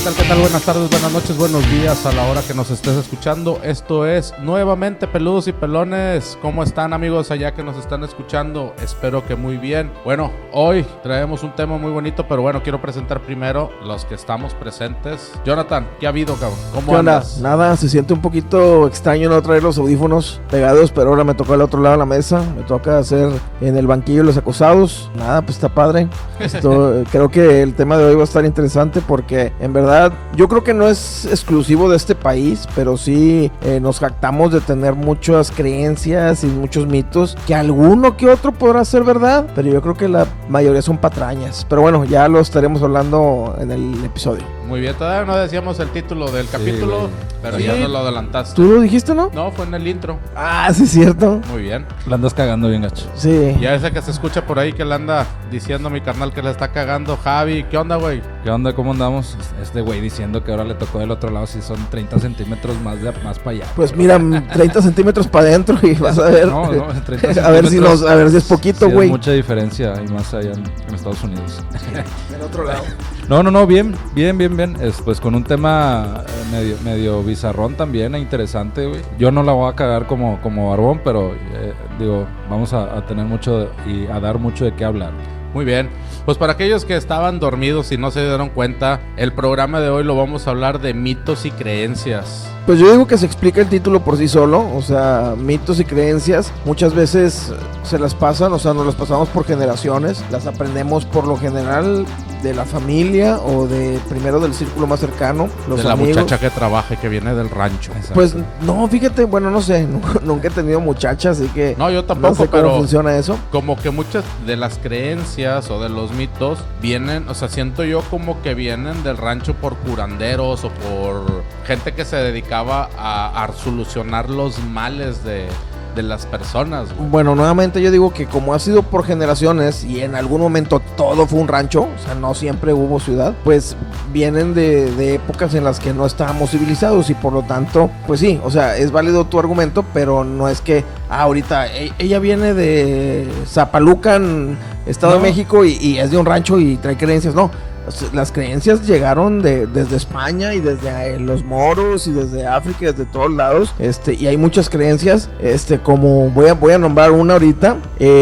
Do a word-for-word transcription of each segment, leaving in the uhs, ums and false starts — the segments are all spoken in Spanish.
¿Qué tal, qué tal? Buenas tardes, buenas noches, buenos días a la hora que nos estés escuchando. Esto es nuevamente Peludos y Pelones. ¿Cómo están, amigos allá que nos están escuchando? Espero que muy bien. Bueno, hoy traemos un tema muy bonito, pero bueno, quiero presentar primero los que estamos presentes. Jonathan, ¿qué ha habido, cabrón? ¿Cómo ¿Qué onda? andas? Nada, se siente un poquito extraño no traer los audífonos pegados, pero ahora me tocó al otro lado de la mesa. Me toca hacer en el banquillo los acusados. Nada, pues está padre. Esto, creo que el tema de hoy va a estar interesante porque en verdad yo creo que no es exclusivo de este país, pero sí eh, nos jactamos de tener muchas creencias y muchos mitos, que alguno que otro podrá ser verdad, pero yo creo que la mayoría son patrañas. Pero bueno, ya lo estaremos hablando en el episodio. Muy bien, todavía no decíamos el título del capítulo, sí, pero sí. ya nos lo adelantaste. ¿Tú lo dijiste, no? No, fue en el intro. Ah, sí es cierto. Muy bien. La andas cagando bien, gacho. Sí. Ya ese que se escucha por ahí que le anda diciendo a mi carnal que le está cagando. Javi, ¿qué onda, güey? ¿Qué onda? ¿Cómo andamos? Este güey diciendo que ahora le tocó del otro lado si son treinta centímetros más, de, más para allá. Pues mira, treinta centímetros para adentro y vas a ver. No, no, treinta a ver si nos, a ver si es poquito, sí, güey. hay mucha diferencia y más allá en, en Estados Unidos. Del otro lado. No, no, no, bien, bien, bien, bien. Es, pues con un tema eh, medio, medio bizarrón también, e interesante, güey. Yo no la voy a cagar como, como barbón, pero eh, digo, vamos a, a tener mucho y a dar mucho de qué hablar. Muy bien, pues para aquellos que estaban dormidos y no se dieron cuenta, el programa de hoy lo vamos a hablar de mitos y creencias. Pues yo digo que se explica el título por sí solo, o sea, mitos y creencias muchas veces se las pasan, o sea, nos las pasamos por generaciones, las aprendemos por lo general de la familia o de primero del círculo más cercano, los de la amigos. muchacha que trabaja y que viene del rancho. Exacto. Pues no, fíjate, bueno, no sé, nunca he tenido muchachas, así que No, yo tampoco, no sé cómo pero funciona eso. como que muchas de las creencias o de los mitos vienen, o sea, siento yo como que vienen del rancho por curanderos o por gente que se dedicaba a, a solucionar los males de, de las personas, güey. Bueno, nuevamente yo digo que como ha sido por generaciones y en algún momento todo fue un rancho, o sea, no siempre hubo ciudad, pues vienen de, de épocas en las que no estábamos civilizados y por lo tanto, pues sí, o sea, es válido tu argumento, pero no es que ah, ahorita e- ella viene de Zapalucan, Estado No. de México y, y es de un rancho y trae creencias, no. Las creencias llegaron de, desde España y desde eh, los moros y desde África y desde todos lados, este, y hay muchas creencias, este, como voy a, voy a nombrar una ahorita,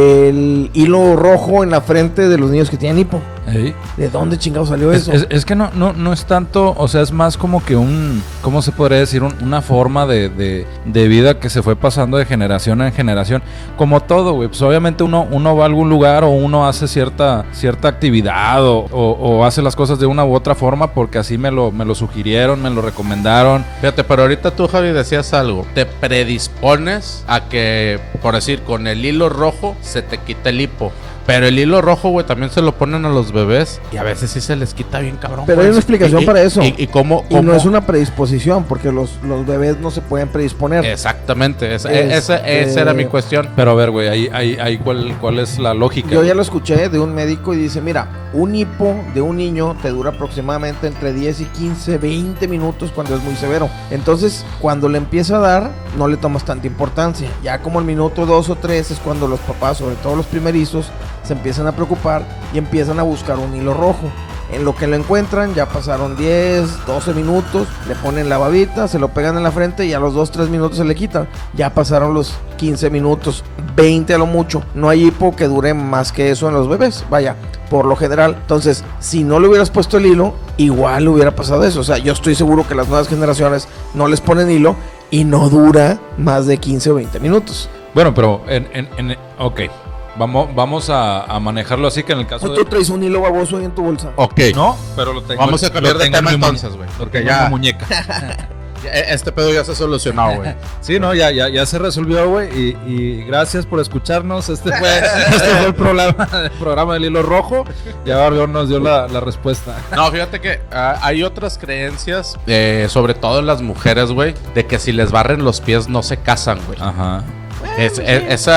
el hilo rojo en la frente de los niños que tienen hipo. Ey. ¿De dónde chingados salió Es, eso? es, es que no, no, no es tanto, o sea, es más como que un, ¿cómo se podría decir? Un- una forma de, de, de vida que se fue pasando de generación en generación. Como todo, güey, pues obviamente uno, uno va a algún lugar o uno hace cierta, cierta actividad o, o, o hace las cosas de una u otra forma porque así me lo, me lo sugirieron, me lo recomendaron. Fíjate, pero ahorita tú, Javi, decías algo. Te predispones a que, por decir, con el hilo rojo se te quita el hipo. Pero el hilo rojo, güey, también se lo ponen a los bebés y a veces sí se les quita bien cabrón. Pero güey. hay una explicación Y- para eso. Y, y cómo, Y cómo- no es una predisposición, porque los, los bebés no se pueden predisponer. Exactamente, esa, Este- esa, esa era mi cuestión. Pero a ver, güey, ahí, ahí, ahí cuál, cuál es la lógica. Yo ya lo escuché de un médico y dice, mira, un hipo de un niño te dura aproximadamente entre diez y quince, veinte minutos cuando es muy severo. Entonces, cuando le empieza a dar, no le tomas tanta importancia. Ya como el minuto dos o tres es cuando los papás, sobre todo los primerizos, se empiezan a preocupar y empiezan a buscar un hilo rojo. En lo que lo encuentran, ya pasaron diez, doce minutos, le ponen la babita, se lo pegan en la frente y a los dos, tres minutos se le quitan. Ya pasaron los quince minutos, veinte a lo mucho. No hay hipo que dure más que eso en los bebés, vaya, por lo general. Entonces, si no le hubieras puesto el hilo, igual hubiera pasado eso. O sea, yo estoy seguro que las nuevas generaciones no les ponen hilo y no dura más de quince o veinte minutos. Bueno, pero en, en, en ok, vamos, vamos a, a manejarlo así que en el caso ¿O de... tú traes un hilo baboso ahí en tu bolsa? Ok, No, pero lo tengo. vamos a cambiar lo de tengo en tema mi mu- entonces, güey. lo Porque tengo en ya, mi muñeca. ya- este pedo ya se solucionó, güey. Sí, no, ya, ya, ya se resolvió, güey. Y, y gracias por escucharnos. Este fue, este fue el programa, el programa del hilo rojo. Ya Barbón nos dio la, la respuesta. No, fíjate que ah, hay otras creencias, eh, sobre todo en las mujeres, güey, de que si les barren los pies no se casan, güey. Ajá. Es- es- esa,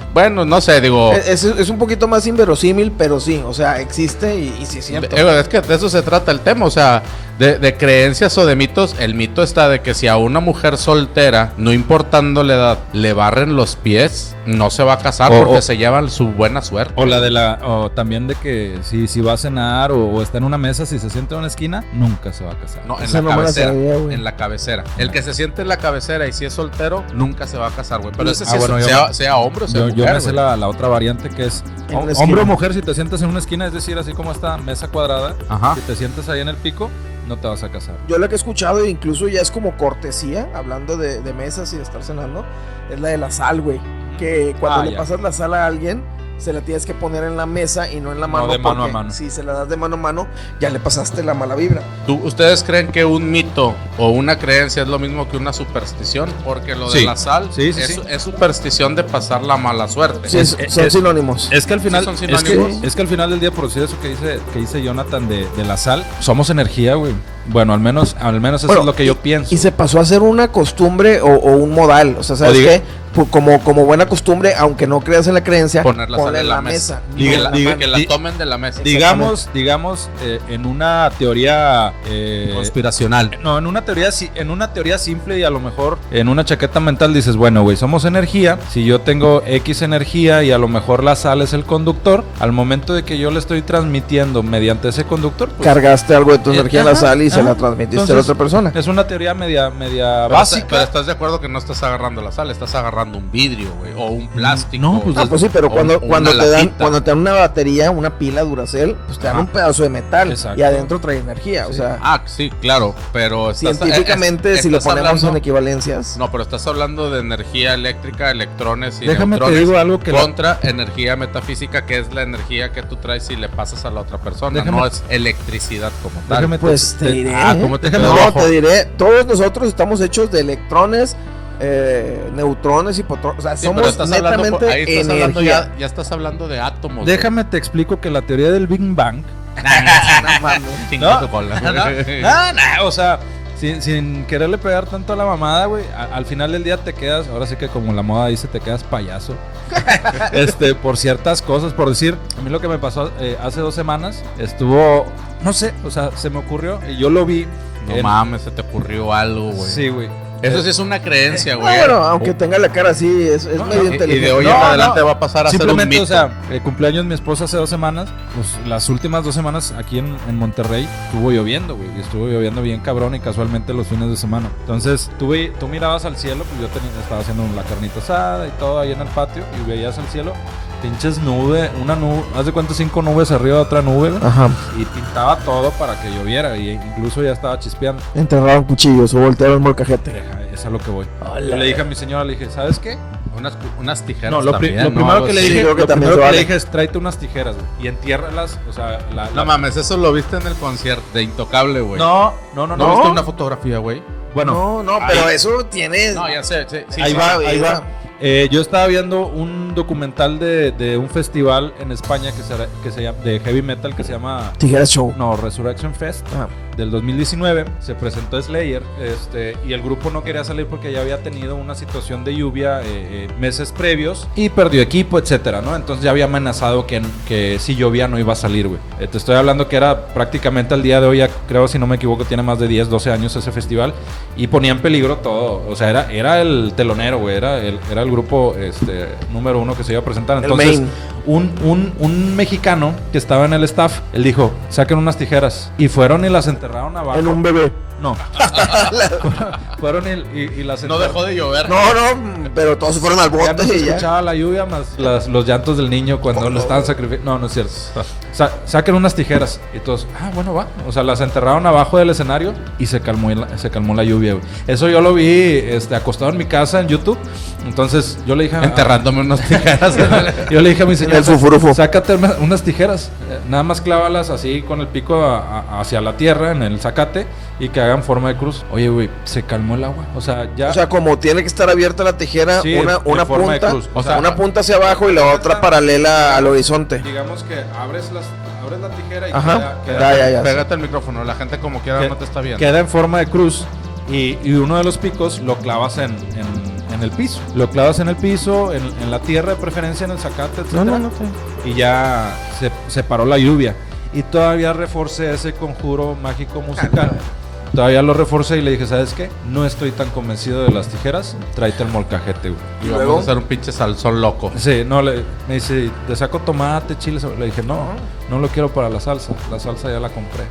Bueno, no sé, digo... Es, es, es un poquito más inverosímil, pero sí, o sea, existe y, y sí es cierto. Es que de eso se trata el tema, o sea, de, de creencias o de mitos. El mito está de que si a una mujer soltera, no importando la edad, le barren los pies, no se va a casar O- porque o- se llevan su buena suerte. O la de la, o también de que si, si va a cenar o, o está en una mesa, si se sienta en una esquina, nunca se va a casar. No, en Esa la no me la cabecera. sabía, güey. En la cabecera. El que se siente en la cabecera y si es soltero, nunca se va a casar, güey. Pero ese sí Ah, es- bueno, yo- sea, sea hombre o sea Yo, mujer, yo me sé güey. la, la otra variante que es En hom- una esquina. hombre o mujer, si te sientas en una esquina, es decir, así como esta mesa cuadrada, Ajá. si te sientas ahí en el pico, no te vas a casar. Yo la que he escuchado, e incluso ya es como cortesía, hablando de, de mesas y de estar cenando, es la de la sal, güey. Que cuando Ah, le ya. pasas la sal a alguien, se la tienes que poner en la mesa y no en la No, mano. de mano a porque mano. Si se la das de mano a mano, ya le pasaste la mala vibra. ¿Tú- ¿Ustedes creen que un mito o una creencia es lo mismo que una superstición? Porque lo de Sí. la sal Sí, sí, es, sí. es superstición de pasar la mala suerte. Sí, Es- es- es- son es- sinónimos. Es que al final, son es, que, sinónimos. es que al final del día, por decir eso que dice, que dice Jonathan de, de la sal, somos energía, güey. Bueno, al menos, al menos eso Bueno, es lo que yo pienso. Y se pasó a ser una costumbre o, o un modal. O sea, ¿sabes O diga- qué? Pu- Como, como buena costumbre, aunque no creas en la creencia, Poner la sal ponla en la mesa. no Diga- en la diga- mano. Que la Di- tomen de la mesa. digamos, digamos, eh, en una teoría eh, Conspiracional. No, en una teoría si- en una teoría simple y a lo mejor en una chaqueta mental dices, bueno, güey, somos energía. Si yo tengo X energía y a lo mejor la sal es el conductor, al momento de que yo le estoy transmitiendo mediante ese conductor, pues Cargaste algo de tu Eh, energía en la ajá, sal y se ajá. la transmitiste a la Entonces, otra persona. es una teoría media media Pero, básica. está- pero estás de acuerdo que no estás agarrando la sal, estás agarrando un vidrio, güey, o un plástico. No, pues, Ah, pues sí, pero o cuando, un- cuando, una te dan, latita. cuando te dan una batería, una pila Duracell, pues te dan Ajá. un pedazo de metal Exacto. y adentro trae energía. O sea, Ah, sí, claro, pero estás- científicamente, es- si lo estás ponemos hablando- en equivalencias, No, pero estás hablando de energía eléctrica, electrones y Déjame te neutrones digo algo que la- contra energía metafísica, que es la energía que tú traes y le pasas a la otra persona. Déjame- no es electricidad como tal. Déjame te- pues te, te- diré. ah, ¿cómo te no, quedó rojo? te diré. Todos nosotros estamos hechos de electrones, eh, neutrones y protones. O sea, Sí, pero somos estás hablando, netamente por- ahí estás hablando energía. ya, ya estás hablando de átomos. Déjame te explico que la teoría del Big Bang No mames. güey. Chinga No, tu cola. no, no, no, o sea, sin, sin quererle pegar tanto a la mamada, güey, a- al final del día te quedas, ahora sí que como la moda dice, te quedas payaso. este, por ciertas cosas, por decir, a mí lo que me pasó eh, hace dos semanas, estuvo, no sé, o sea, se me ocurrió y yo lo vi. No en- mames, se te ocurrió algo, güey. Sí, güey. Eso sí es una creencia, Ah, güey. bueno, aunque tenga la cara así, es, es No, medio Y, y inteligente. de hoy No, en no. adelante va a pasar a ser un Simplemente, mito. o sea, eh, cumpleaños mi esposa hace dos semanas, pues las últimas dos semanas aquí en, en Monterrey estuvo lloviendo, güey, y estuvo lloviendo bien cabrón y casualmente los fines de semana. Entonces, tú, ve- tú mirabas al cielo, pues yo tenía, estaba haciendo la carnita asada y todo ahí en el patio y veías al cielo, pinches nubes, una nube, haz de cuenta cinco nubes arriba de otra nube, güey, Ajá. y pintaba todo para que lloviera y incluso ya estaba chispeando. Enterraron cuchillos o voltearon el molcajete. Deja, es a lo que voy. Hola. Yo le dije a mi señora, le dije, ¿sabes qué? Unas, unas tijeras. No, lo, pri- también, lo ¿no? primero Algo que le así. dije, creo que lo también primero se que vale. le dije es tráete unas tijeras, güey, y entiérralas, o sea, la, la- No mames, eso lo viste en el concierto de Intocable, güey. No, no, no, ¿No, no. viste una fotografía, güey? Bueno, no, no, pero eso tiene. No, ya sé. Sí, sí, ahí sí, va, sí. ahí va. Eh, yo estaba viendo un documental de, de un festival en España que se, que se llama, de heavy metal que se llama, Tijeras Show. no, Resurrection Fest. Ah. Del dos mil diecinueve se presentó Slayer, este, y el grupo no quería salir porque ya había tenido una situación de lluvia eh, eh, meses previos y perdió equipo, etcétera, ¿no? Entonces ya había amenazado que, que si llovía no iba a salir, güey. Eh, te estoy hablando que era prácticamente al día de hoy, ya creo, si no me equivoco, tiene más de diez, doce años ese festival y ponía en peligro todo. O sea, era, era el telonero, güey, era el, era el grupo este, número uno que se iba a presentar. El Entonces, main. un, un, un mexicano que estaba en el staff, él dijo, saquen unas tijeras. Y fueron y las enterraron abajo. En un bebé. No. fueron y, y, y las No enterraron. dejó de llover. No, no, pero todos se fueron al Ya no bote se y ya. escuchaba la lluvia más las- los llantos del niño cuando Oh, lo no. estaban sacrificando. No, no es cierto. Sa- saquen unas tijeras. Y todos, ah, bueno, va. O sea, las enterraron abajo del escenario y se calmó la, se calmó la lluvia, güey. Eso yo lo vi este, acostado en mi casa en YouTube. Entonces yo le dije a, Enterrándome unas tijeras. yo le dije a mi señora, el fufurufo. sácate una- unas tijeras, eh, nada más clávalas así con el pico a- a- hacia la tierra en el zacate y que hagan forma de cruz. Oye, güey, se calmó el agua. O sea, ya. O sea, como tiene que estar abierta la tijera, Sí, una, en una forma de punta, cruz. o O sea, sea, una punta hacia abajo y la otra paralela al horizonte. digamos que abres, las, abres la tijera y Ajá. queda, Ya, ya, ya. Pégate el micrófono, la gente como quiera Que- no te está viendo. queda en forma de cruz y, y uno de los picos lo clavas en, en- en en el piso. Lo clavas en el piso, en, en la tierra de preferencia, en el zacate, etcétera. No, no, no. Sí. Y ya se, se paró la lluvia. Y todavía reforcé ese conjuro mágico musical. Todavía lo reforcé y le dije, ¿sabes qué? No estoy tan convencido de las tijeras, tráete el molcajete, güey. Y vamos a hacer un pinche salsón loco. Sí, no, le, me dice, ¿te saco tomate, chile? Le dije, no, no lo quiero para la salsa. La salsa ya la compré.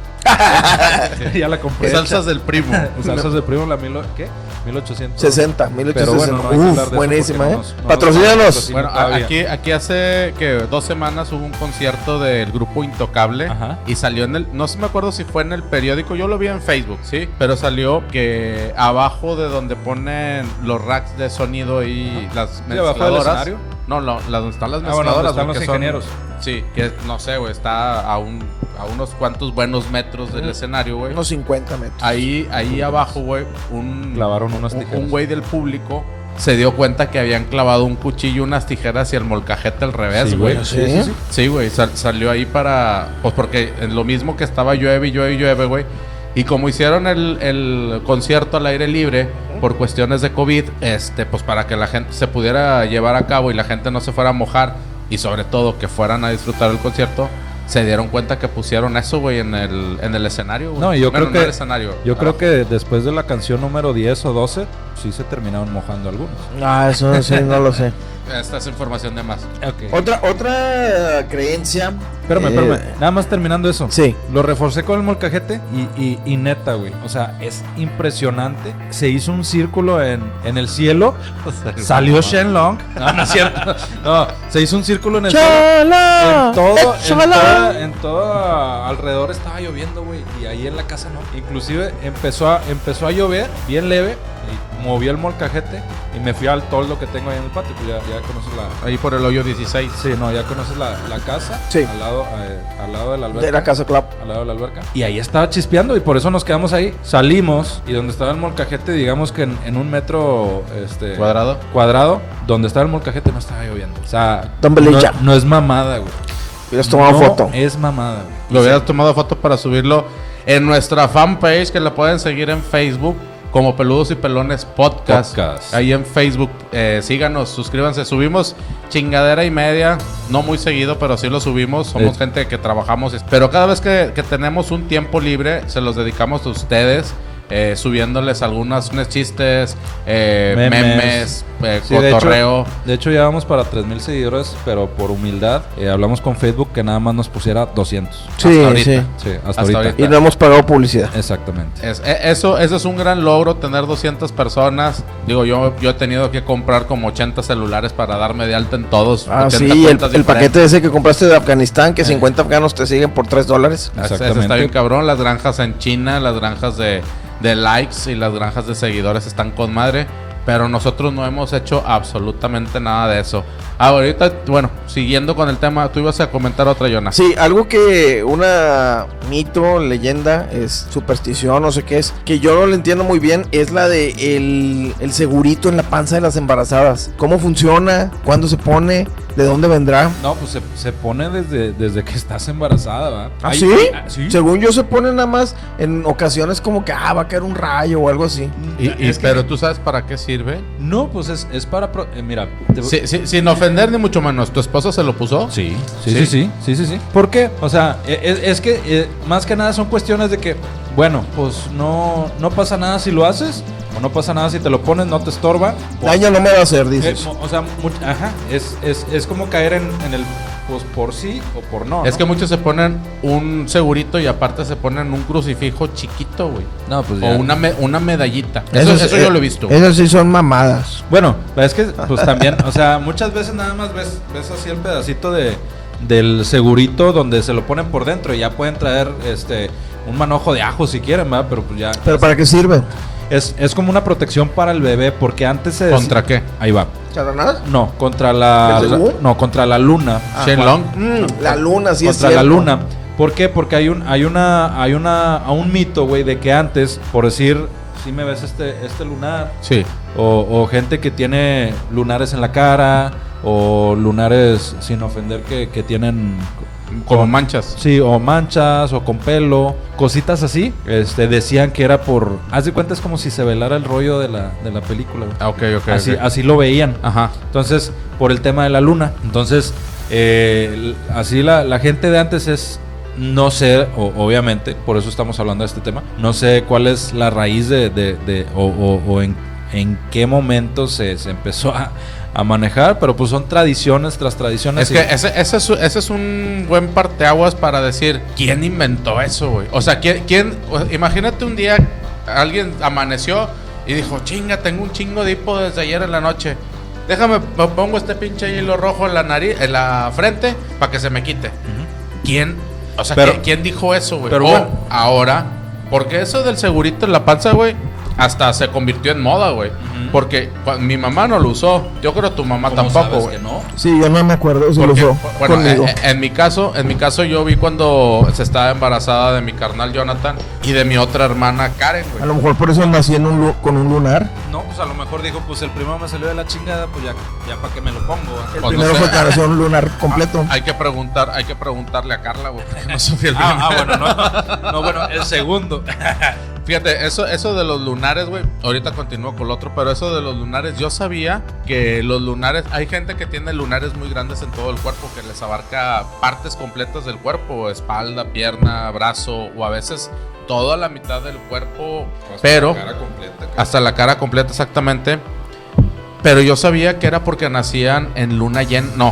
Ya la compré. Salsas del primo. Salsas del primo, la mil, ¿qué? mil ochocientos sesenta, mil ochocientos sesenta. Pero bueno, no hay que hablar Uf, de buenísima, eso ¿eh? nos- nos Patrocínanos. Bueno, a- todavía. aquí, aquí hace que dos semanas hubo un concierto del grupo Intocable. Ajá. Y salió en el, no sé, me acuerdo si fue en el periódico, yo lo vi en Facebook, sí, pero salió que abajo de donde ponen los racks de sonido y las Sí, abajo del mezcladoras. escenario. No, no, las donde están las Ah, bueno, donde mezcladoras. están los porque son- ingenieros. Sí, que no sé, güey, está a un a unos cuantos buenos metros del escenario, güey. Unos cincuenta metros. Ahí, ahí abajo, güey, un, Clavaron unas un- tijeras. un güey del público se dio cuenta que habían clavado un cuchillo y unas tijeras y el molcajete al revés, Sí, güey. güey, sí, sí, sí. Sí, güey, sal- salió ahí para... Pues porque en lo mismo que estaba llueve y llueve y llueve, güey. Y como hicieron el, el concierto al aire libre por cuestiones de COVID, este, pues para que la gente se pudiera llevar a cabo y la gente no se fuera a mojar y sobre todo que fueran a disfrutar el concierto, se dieron cuenta que pusieron eso, güey, en el, en el escenario, güey. No, y yo Bueno, creo no que el escenario. Yo creo abajo. que después de la canción número diez o doce, sí se terminaron mojando algunos. Ah, eso sí, no lo sé. Esta es información de más. Otra, otra creencia. Espérame, eh, espérame. Nada más terminando eso. Sí. Lo reforcé con el molcajete y, y, y neta, güey. O sea, es impresionante. Se hizo un círculo en, en el cielo. Salió Shenlong. No, no es cierto. No, se hizo un círculo en el cielo. ¡Chala! En todo, en ¡Chala! toda, en todo alrededor estaba lloviendo, güey. Y ahí en la casa no. Inclusive empezó a, empezó a llover bien leve. Y moví el molcajete y me fui al toldo que tengo ahí en el patio. Pues ya, ya conoces la... Ahí por el hoyo dieciséis. Sí, no, ya conoces la, la casa. Sí. Al lado, eh, al lado de la alberca. De la casa club. Al lado de la alberca. Y ahí estaba chispeando y por eso nos quedamos ahí. Salimos y donde estaba el molcajete, digamos que en, en un metro este, ¿Cuadrado? cuadrado, donde estaba el molcajete no estaba lloviendo. O sea, Don't believe no, ya. no es mamada, güey. Hubieras tomado no foto. Es mamada, güey. Lo hubieras tomado foto para subirlo en nuestra fanpage, que la pueden seguir en Facebook como Peludos y Pelones Podcast. Podcast. Ahí en Facebook, eh, síganos, suscríbanse. Subimos chingadera y media, no muy seguido, pero sí lo subimos. Somos Eh. gente que trabajamos. Pero cada vez que, que tenemos un tiempo libre, se los dedicamos a ustedes. Eh, subiéndoles algunos unos chistes, eh, Memes. memes, eh, Sí, de cotorreo. hecho, de hecho ya vamos para tres mil seguidores, pero por humildad eh, hablamos con Facebook que nada más nos pusiera doscientos. Sí, hasta ahorita. sí. Sí, hasta, Hasta ahorita. ahorita. Y no hemos pagado publicidad. Exactamente. Es, e- eso, eso es un gran logro, tener doscientas personas. Digo, yo, yo he tenido que comprar como ochenta celulares para darme de alta en todos. Ah, ochenta sí, el, cuentas el diferentes. paquete ese que compraste de Afganistán, que cincuenta afganos te siguen por tres dólares. Ese- ese Exactamente. está bien cabrón. Las granjas en China, las granjas de, de likes y las granjas de seguidores están con madre. Pero nosotros no hemos hecho absolutamente nada de eso. Ah, ahorita, bueno, siguiendo con el tema, tú ibas a comentar otra, Jonas. Sí, algo que una mito, leyenda, es superstición, no sé qué es, que yo no lo entiendo muy bien, es la de el, el segurito en la panza de las embarazadas. ¿Cómo funciona? ¿Cuándo se pone? ¿De dónde vendrá? No, pues se, se pone desde, desde que estás embarazada, ¿va? ¿Ah, Hay- sí? ah, sí. Según yo se pone nada más en ocasiones como que, ah, va a caer un rayo o algo así. Y, y- Es que- pero tú sabes para qué sirve. No, pues es, es para... pro- eh, mira... te- Sí, sí, sin ofender ni mucho menos. ¿Tu esposa se lo puso? Sí, sí, ¿Sí? sí, sí, sí, sí, sí. ¿Por qué? O sea, e- es, es que eh, más que nada son cuestiones de que, bueno, pues no, no pasa nada si lo haces, o no pasa nada si te lo pones, no te estorba. O, Daño no me va a hacer, eh, dices. mo- o sea, mu- ajá, es, es, es como caer en, en el, pues por sí o por no. Es ¿no? que muchos se ponen un segurito y aparte se ponen un crucifijo chiquito, güey. No, pues O ya. una, me- una medallita. Eso, Esos- eso yo lo he visto. Esas sí son mamadas. Bueno, es que pues también, o sea, muchas veces nada más ves, ves así el pedacito de del segurito donde se lo ponen por dentro y ya pueden traer este un manojo de ajo si quieren, ¿verdad? Pero pues ya ¿Pero para qué sirve? es, es como una protección para el bebé porque antes se decía- ¿Contra qué? Ahí va. ¿Satanás? No, contra la, ¿El la- segú? no, contra la luna. Shenlong. Mm, la luna, sí es contra la cierto. luna. ¿Por qué? Porque hay un hay una hay una a un mito, güey, de que antes, por decir, si me ves este este lunar Sí. o, o gente que tiene lunares en la cara o lunares, sin ofender, que, que tienen... Como manchas. Sí, o manchas, o con pelo, cositas así. Este, decían que era por... Haz de cuenta, es como si se velara el rollo de la, de la película, güey. Ah, ok, ok. Así, okay. así lo veían. Ajá. Entonces, por el tema de la luna. Entonces, eh, así la, la gente de antes es... No sé, o, obviamente, por eso estamos hablando de este tema. No sé cuál es la raíz de... de, de o, o, o en, en qué momento se, se empezó a... a manejar, pero pues son tradiciones tras tradiciones. Es que ese, ese, es, ese es un buen parteaguas para decir, ¿quién inventó eso, güey? O sea, ¿quién, quién o sea, imagínate un día alguien amaneció y dijo, chinga, tengo un chingo de hipo desde ayer en la noche. Déjame, me pongo este pinche hilo rojo en la nariz, en la frente, para que se me quite. Uh-huh. ¿Quién? O sea, pero, ¿quién, ¿quién dijo eso, güey? Pero oh, bueno, ahora, porque eso del segurito en la panza, güey, hasta se convirtió en moda, güey. Uh-huh. Porque cuando, mi mamá no lo usó. Yo creo que tu mamá tampoco, güey. No? Sí, yo no me acuerdo si porque, lo usó. Bueno, en, en mi caso, en mi caso yo vi cuando se estaba embarazada de mi carnal Jonathan y de mi otra hermana Karen, güey. A lo mejor por eso nací en un, con un lunar. No, pues a lo mejor dijo, pues el primero me salió de la chingada, pues ya, ya para que me lo pongo. ¿eh? El pues primero no sé, fue que nació un lunar completo. Ah, hay que preguntar, hay que preguntarle a Carla, güey. No Sofía el ah, ah, bueno, no. No, bueno, el segundo. Fíjate, eso, eso de los lunares, güey, ahorita continúo con lo otro, pero eso de los lunares, yo sabía que los lunares, hay gente que tiene lunares muy grandes en todo el cuerpo, que les abarca partes completas del cuerpo, espalda, pierna, brazo, o a veces toda la mitad del cuerpo, hasta pero la cara completa, hasta la cara completa, exactamente. Pero yo sabía que era porque nacían en luna llena, no,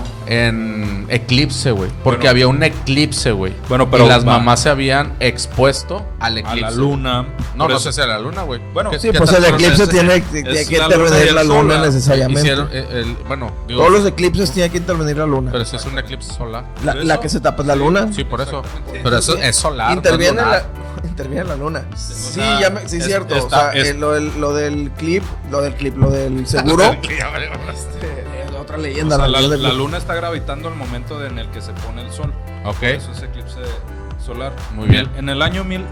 en eclipse, güey. Porque bueno, había un eclipse, güey. Bueno, pero y las va. mamás se habían expuesto al eclipse. A la luna. No, no sé si a la luna, güey. Bueno, sí, pues el eclipse tiene, tiene que intervenir la luna, luna necesariamente. Hicieron, el, el, bueno, digo, todos los eclipses tienen que intervenir la luna. Pero si es un eclipse solar. La, la que se tapa es la luna. Sí, por eso. Pero eso es solar. Interviene no la, interviene la luna. Sí, ya me, sí, es cierto. Está, o sea, es, eh, lo, del, lo del clip, lo del clip, lo del seguro. Es otra leyenda. O sea, la, la, la luna está gravitando el momento de en el que se pone el sol. Ok. Eso es eclipse solar. Muy bien. En el año mil.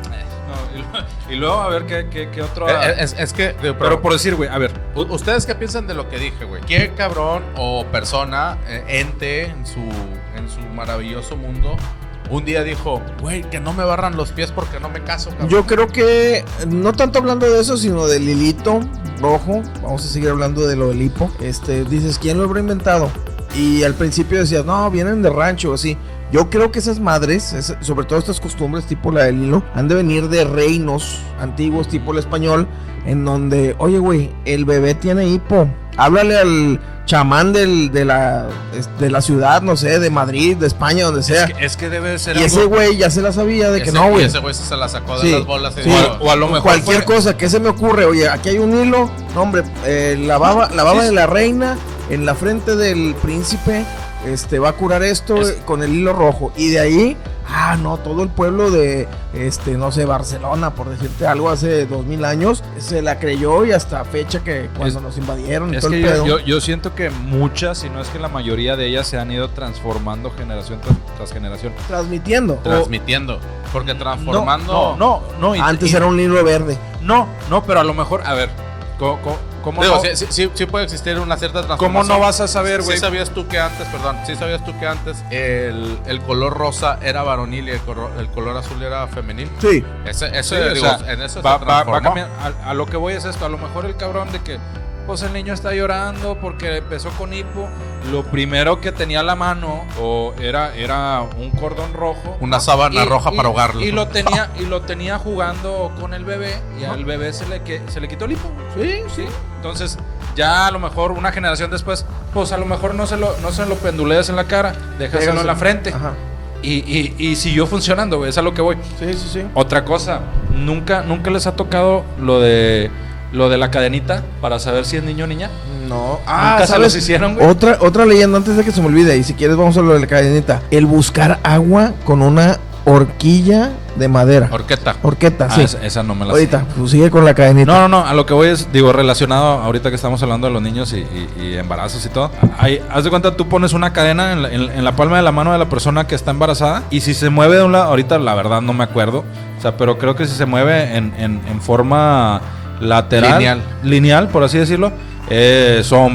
No, y, y luego a ver qué, qué, qué otro. Es, es, es que. Pero, pero por decir, güey, a ver. ¿Ustedes qué piensan de lo que dije, güey? ¿Qué cabrón o persona, eh, ente en su, en su maravilloso mundo, un día dijo, güey, que no me barran los pies porque no me caso, cabrón? Yo creo que, no tanto hablando de eso, sino del hilito rojo. Vamos a seguir hablando de lo del hipo. Este, dices, ¿quién lo habrá inventado? Y al principio decías, no, vienen de rancho o así. Yo creo que esas madres, es, sobre todo estas costumbres tipo la del hilo, han de venir de reinos antiguos tipo el español, en donde, oye, güey, el bebé tiene hipo. Háblale al chamán del, de, la, de la ciudad, no sé, de Madrid, de España, donde sea. Es que, es que debe ser y algo... ese güey ya se la sabía de que ese, no, güey. Ese güey se la sacó de sí, las bolas. Sí. O, a, o a lo mejor cualquier fue... cosa, ¿qué se me ocurre? Oye, aquí hay un hilo, no, hombre, eh, la baba, la baba sí, de la reina en la frente del príncipe. Este va a curar esto es... con el hilo rojo. Y de ahí, ah, no, todo el pueblo de, este, no sé, Barcelona, por decirte algo, hace dos mil años, se la creyó y hasta fecha que cuando es, nos invadieron. Y es todo que el pedo. Yo, yo siento que muchas, si no es que la mayoría de ellas se han ido transformando generación tras, tras generación. Transmitiendo. Transmitiendo. Porque transformando. No, no, no. no Antes y, era un hilo verde. No, no, pero a lo mejor, a ver, ¿cómo, cómo ¿Cómo Digo, no? sí, sí, sí puede existir una cierta transformación. ¿Cómo no vas a saber, güey? Sí sabías tú que antes, perdón, sí sabías tú que antes el, el color rosa era varonil y el color, el color azul era femenil. Sí. Ese, ese, sí, digo, o sea, en eso va, se va, transformó. Va a, cambiar. A, a lo que voy es esto, a lo mejor el cabrón de que pues el niño está llorando porque empezó con hipo. Lo primero que tenía a la mano o era, era un cordón rojo. Una sábana y, roja y, para ahogarlo. Y lo tenía, y lo tenía jugando con el bebé. Y al bebé se le, que, se le quitó el hipo. Sí, sí. Entonces, ya a lo mejor una generación después, pues a lo mejor no se lo, no se lo penduleas en la cara, déjaselo en la frente. Ajá. Y, y, y siguió funcionando, güey. Es a lo que voy. Sí, sí, sí. Otra cosa, nunca, nunca les ha tocado lo de lo de la cadenita para saber si es niño o niña. No. Ah, ¿nunca se los hicieron, güey? Otra, otra leyenda antes de que se me olvide, y si quieres vamos a lo de la cadenita. El buscar agua con una horquilla de madera. Horqueta. Horqueta, ah, sí. Esa, esa no me la Ahorita, sé. pues sigue con la cadenita. No, no, no, a lo que voy es, digo, relacionado ahorita que estamos hablando de los niños y, y, y embarazos y todo. Hay, haz de cuenta, tú pones una cadena en la, en, en la palma de la mano de la persona que está embarazada y si se mueve de un lado, ahorita la verdad no me acuerdo, o sea, pero creo que si se mueve en, en, en forma lateral, lineal, lineal, por así decirlo, es hombre.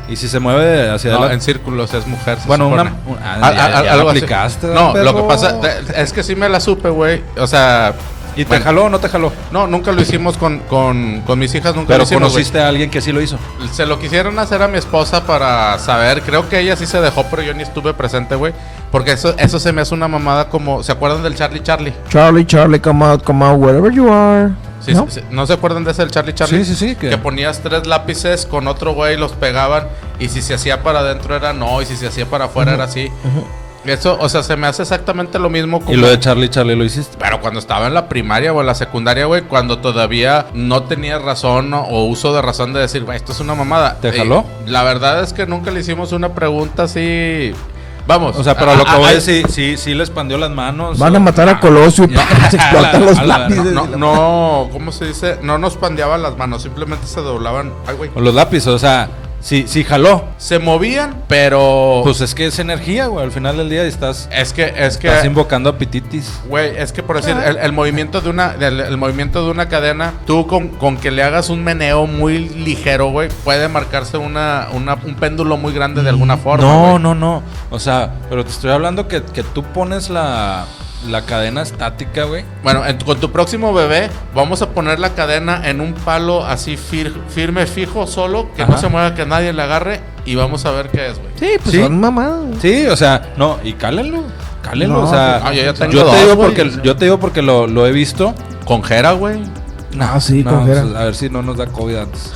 Y si se mueve hacia No, adelante. en círculos es mujer. se Bueno, una, supone. un- ah, A- ya- a- ya la algo así. aplicaste. No, perro. lo que pasa te- es que sí me la supe, güey. O sea, ¿Y te bueno, jaló o no te jaló? no, nunca lo hicimos con, con, con mis hijas, nunca Pero lo hicimos, conociste a alguien que sí lo hizo. güey. Se lo quisieron hacer a mi esposa para saber. Creo que ella sí se dejó, pero yo ni estuve presente, güey. Porque eso, eso se me hace una mamada como... ¿Se acuerdan del Charlie Charlie? Charlie, Charlie, come out, come out, wherever you are. Sí, ¿No? sí, sí. ¿No se acuerdan de ese del Charlie Charlie? Sí, sí, sí, Que, que- ponías tres lápices con otro güey, los pegaban. Y si se hacía para adentro era no, y si se hacía para afuera era sí. Eso, o sea, se me hace exactamente lo mismo como... Y lo de Charlie Charlie lo hiciste. Pero cuando estaba en la primaria o en la secundaria, güey, cuando todavía no tenías razón, ¿no? O uso de razón de decir, güey, esto es una mamada. ¿Te Y jaló? la verdad es que nunca le hicimos una pregunta así... Vamos. O sea, pero a lo que a- voy a- es sí, sí, sí les pandió las manos. Van a o- matar a Colosio y ¡pam! se explotan A la- los a la- lápices. No, y la- no, ¿cómo se dice? No nos pandeaban las manos, simplemente se doblaban. Ay, güey. O los lápices, o sea, sí, sí jaló. Se movían, pero... Pues es que es energía, güey. Al final del día estás, es que, es que... estás invocando a Pititis. Güey, es que por decir, el, el movimiento de una el, el movimiento de una cadena, tú con, con que le hagas un meneo muy ligero, güey, puede marcarse una, una un péndulo muy grande de alguna forma. No, güey. no, no. O sea, pero te estoy hablando que, que tú pones la, la cadena estática, güey. Bueno, en tu- con tu próximo bebé, vamos a poner la cadena en un palo así fir- firme, fijo, solo, que Ajá. no se mueva, que nadie le agarre, y vamos a ver qué es, güey. Sí, pues Sí. son mamadas. Sí, o sea, no, y cálenlo. Cálenlo, No, o sea, ah, yo ya tengo yo, te dos, digo güey. porque, yo te digo porque lo, lo he visto. Con Jera, güey. No, sí, No, con Jera. pues, a ver si no nos da COVID antes.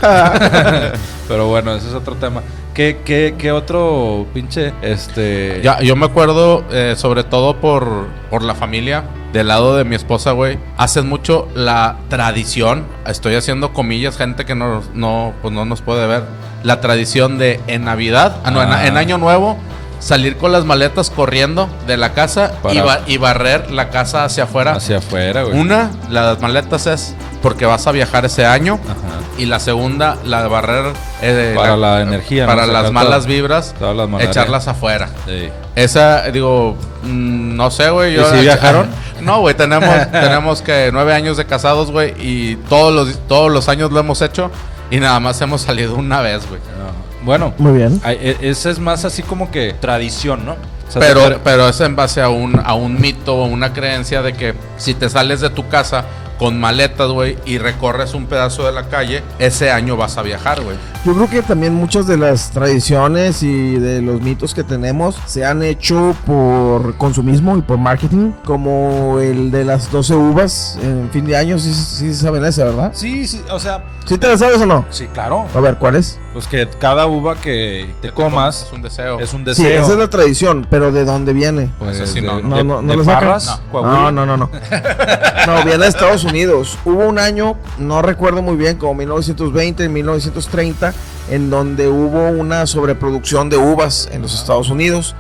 Pero bueno, ese es otro tema. ¿Qué, qué, qué otro pinche, este... Ya, yo me acuerdo, eh, sobre todo por, por la familia, del lado de mi esposa, güey. Hacen mucho la tradición, estoy haciendo comillas, gente que no, no, pues no nos puede ver. La tradición de en Navidad, ah, no, en, Ah. en Año Nuevo, salir con las maletas corriendo de la casa y, Para- ba- y barrer la casa hacia afuera. hacia afuera, güey. Una, las maletas es porque vas a viajar ese año. Ajá. Y la segunda, la de barrer... eh, Para la energía, Para ¿no? las Sacar malas todas- vibras, todas las malas- echarlas afuera. Sí. Esa, digo, mm, no sé, güey. ¿Y yo- si viajaron? No, güey, tenemos, tenemos que nueve años de casados, güey, y todos los, todos los años lo hemos hecho y nada más hemos salido una vez, güey. No. Bueno, Muy bien. ay, e- ese es más así como que tradición, ¿no? O sea, Pero, se- pero es en base a un, a un mito o una creencia de que si te sales de tu casa con maletas, güey, y recorres un pedazo de la calle, ese año vas a viajar, güey. Yo creo que también muchas de las tradiciones y de los mitos que tenemos se han hecho por consumismo y por marketing, como el de las doce uvas en fin de año. Sí, sí saben ese, ¿verdad? Sí, sí, o sea, ¿Sí te la sabes o no? sí, claro. A ver, ¿cuál es? Pues que cada uva que te comas Es un deseo. es un Sí, deseo. esa es la tradición, pero ¿de dónde viene? Pues, Eso sí, de- no. de- No, no, no de lo sacan. Parras, No, Coahuila. no, no, no. No, viene de Estados Unidos. Hubo un año, no recuerdo muy bien, como mil novecientos veinte, mil novecientos treinta, en donde hubo una sobreproducción de uvas en los Estados Unidos.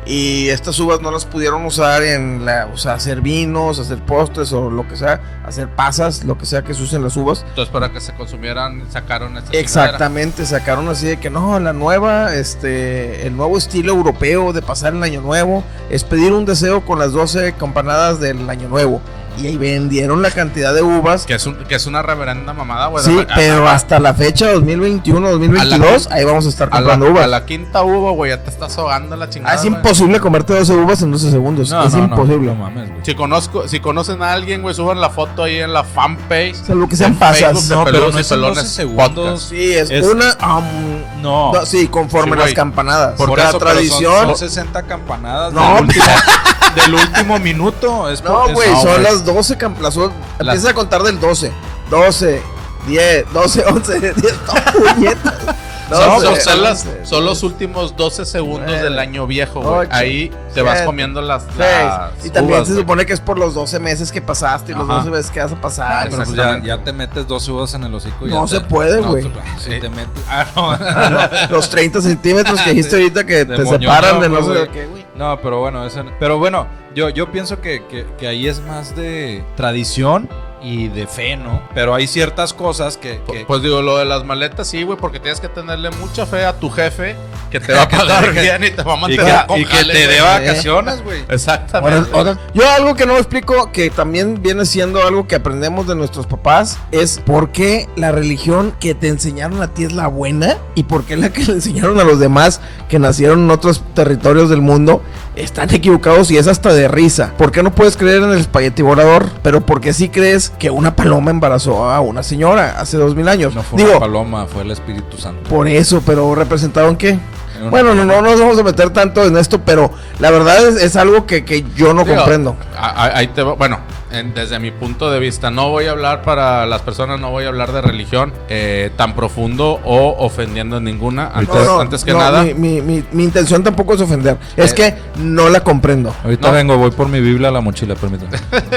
Y estas uvas no las pudieron usar en la, o sea, hacer vinos, hacer postres o lo que sea, hacer pasas, lo que sea que se usen las uvas. Entonces, para que se consumieran, sacaron esta chingadera. Exactamente, sacaron así de que no, la nueva, este, el nuevo estilo europeo de pasar el año nuevo es pedir un deseo con las doce campanadas del año nuevo. Y ahí vendieron la cantidad de uvas. Que es, un, que es una reverenda mamada, güey. Sí, A- a- pero a- hasta la fecha dos mil veintiuno, dos mil veintidós, ahí vamos a estar a la, comprando uvas. a la quinta uva, güey, ya te estás ahogando la chingada. Ah, es güey. imposible comerte doce uvas en doce segundos. No, es no, no, imposible. No, mames, güey. Si conozco, si conocen a alguien, güey, suban la foto ahí en la fanpage. O sea, lo que sean en pasas. Facebook de No, pero Peludos no y es en Pelones doce segundos. Podcast. Sí, es, Es- una. um, No. do- sí, conforme Sí, las güey. campanadas. Por Porque la eso, pero son- tradición. Son sesenta campanadas No, del, último, del último minuto. Es No, por- es- güey, no, son güey. las doce cam- las o- Las- Empieza a contar del doce. doce, diez, doce, once, diez, no, puñetas. Son, doce, son- son las- once, son los últimos doce segundos nueve, del año viejo, güey. ocho, Ahí te vas siete, comiendo las, seis. las Y también uvas, se güey. supone que es por los doce meses que pasaste y los Ajá. doce meses que vas a pasar. Ah, pero pues ya, Exactamente. ya te metes dos uvas en el hocico. y No ya se te- puede, no, güey. tú- Si Sí. te metes. Ah, no. Los treinta centímetros que dijiste ahorita que De te moñoño, separan de no sé güey. qué, güey. No, pero bueno, eso, pero bueno, yo, yo pienso que, que, que ahí es más de tradición y de fe, ¿no? Pero hay ciertas cosas que... que... Pues digo, lo de las maletas sí, güey, porque tienes que tenerle mucha fe a tu jefe que te va a pagar bien y te va a y mantener con que, y que jale, te dé güey. vacaciones, güey. Exactamente. Ahora- ahora- yo algo que no me explico, que también viene siendo algo que aprendemos de nuestros papás, es por qué la religión que te enseñaron a ti es la buena y por qué la que le enseñaron a los demás que nacieron en otros territorios del mundo están equivocados y es hasta de risa. ¿Por qué no puedes creer en el espagueti volador? Pero ¿por qué sí crees que una paloma embarazó a una señora hace dos mil años? No fue Digo, una paloma, fue el Espíritu Santo. por eso, pero ¿representado en qué? Una Bueno, no, no nos vamos a meter tanto en esto, pero la verdad es, es algo que, que yo no Digo, comprendo. a- a- Ahí te va- bueno, en- desde mi punto de vista, no voy a hablar para las personas, no voy a hablar de religión eh, tan profundo o ofendiendo en ninguna. Antes, No, no, antes que no, nada, Mi, mi, mi, mi intención tampoco es ofender. Es Eh. que no la comprendo. Ahorita No. vengo, voy por mi Biblia a la mochila, permítame.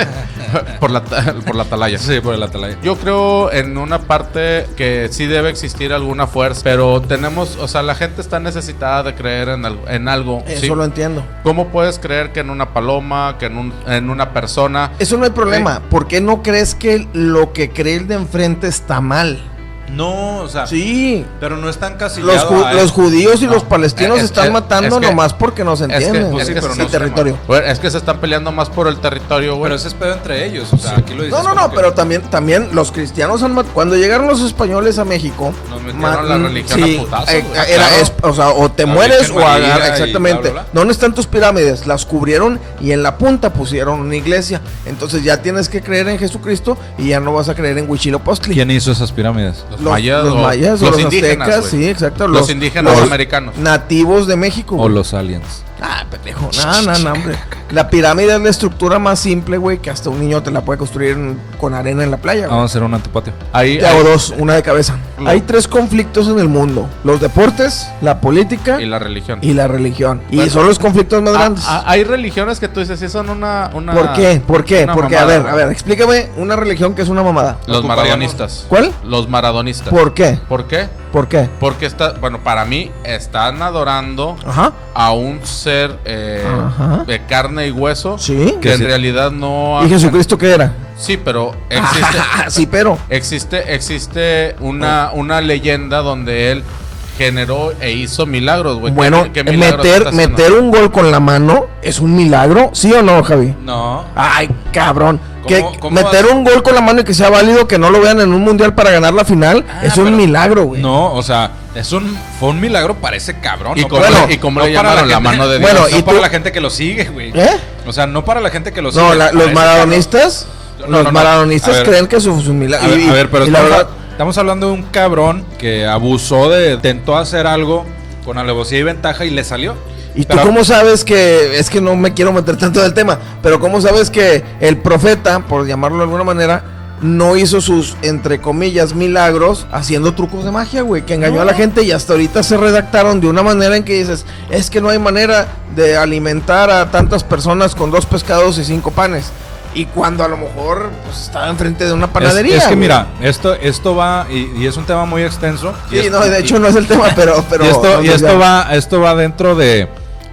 por la, ta- por la atalaya. Sí, por el atalaya. Yo creo en una parte que sí debe existir alguna fuerza, pero tenemos, o sea, la gente está necesitada de creer en, al- en algo. Eso ¿sí? lo entiendo. ¿Cómo puedes creer que en una paloma, que en, un, en una persona? Eso no hay problema. ¿Por qué no crees que lo que cree el de enfrente está mal? No, o sea, Sí. pero no están Los, casillados. ju- a los eso. judíos y No, los palestinos es- están es- matando es que- nomás porque no se Es que, entienden. pues, sí, es que pero se no el están- territorio. Bueno, es que se están peleando más por el territorio, güey. Pero ese es pedo entre ellos, o sea, aquí lo dices No, no, como no, que pero también, también los cristianos han matado. Cuando llegaron los españoles a México, Nos metieron ma- la religión sí, a putazos, eh, güey. era, Claro. es- o sea, o te La mueres Virgen o María agarras, y exactamente. bla, bla, bla. ¿Dónde están tus pirámides? Las cubrieron y en la punta pusieron una iglesia. Entonces ya tienes que creer en Jesucristo y ya no vas a creer en Huitzilopochtli. ¿Quién hizo esas pirámides? Los, Los mayas, los o- mayas o los los indígenas, aztecas, güey. sí, exacto. Los indígenas americanos. Nativos de México. O güey. los aliens. Ah, pendejo. No, no, no, hombre. La pirámide es la estructura más simple, güey, que hasta un niño te la puede construir en- con arena en la playa, güey. Vamos a hacer un antipatio. Ahí, Te hago ahí- dos, una de cabeza. Lo- Hay tres conflictos en el mundo: los deportes, la política y la religión. y la religión. Y Bueno, son los conflictos más Ah, grandes. ah, hay religiones que tú dices, sí son una... una ¿Por qué? ¿Por qué? una Porque, mamada, a ver, güey. a ver, explícame una religión que es una mamada. Los Ocuparíamos- maradonistas. ¿Cuál? Los maradonistas. ¿Por qué? ¿Por qué? ¿Por qué? Porque está, bueno, para mí están adorando Ajá. a un ser eh, Ajá. de carne y hueso Sí. que Que en sí. realidad no... ¿Y Jesucristo qué era? Sí, pero existe, sí, pero. existe, existe una, una leyenda donde él generó e hizo milagros, güey. ¿Qué- Bueno, qué milagros meter, está haciendo? meter un gol con la mano es un milagro, ¿sí o no, Javi? No. Ay, cabrón. ¿Cómo- Que cómo meter vas? un gol con la mano y que sea válido, que no lo vean en un mundial para ganar la final, Ah, es un pero- milagro, güey. No, o sea, es un, fue un milagro para ese cabrón. ¿Y no cómo para- le- y cómo no le para llamaron la gente- mano de Dios? Bueno, no ¿y para tú? la gente que lo sigue, güey. ¿Eh? O sea, no para la gente que lo sigue. No, la- para los ese maradonistas, No, los no, no. maradonistas A ver. creen que eso es un milagro. cabrón. A ver, Y- a ver, pero y la estamos, verdad, estamos hablando de un cabrón que abusó de, intentó hacer algo con alevosía y ventaja y le salió. ¿y tú Pero- cómo sabes que, es que no me quiero meter tanto del tema, pero cómo sabes que el profeta, por llamarlo de alguna manera, no hizo sus, entre comillas, milagros haciendo trucos de magia, güey, que engañó No. a la gente y hasta ahorita se redactaron de una manera en que dices, es que no hay manera de alimentar a tantas personas con dos pescados y cinco panes. Y cuando a lo mejor pues, estaba enfrente de una panadería. Es, es que güey. mira, esto, esto va, y, y es un tema muy extenso. y Sí, es- no, de y- hecho no es el tema, pero... pero y esto, y nos esto desviamos. va, esto va dentro de,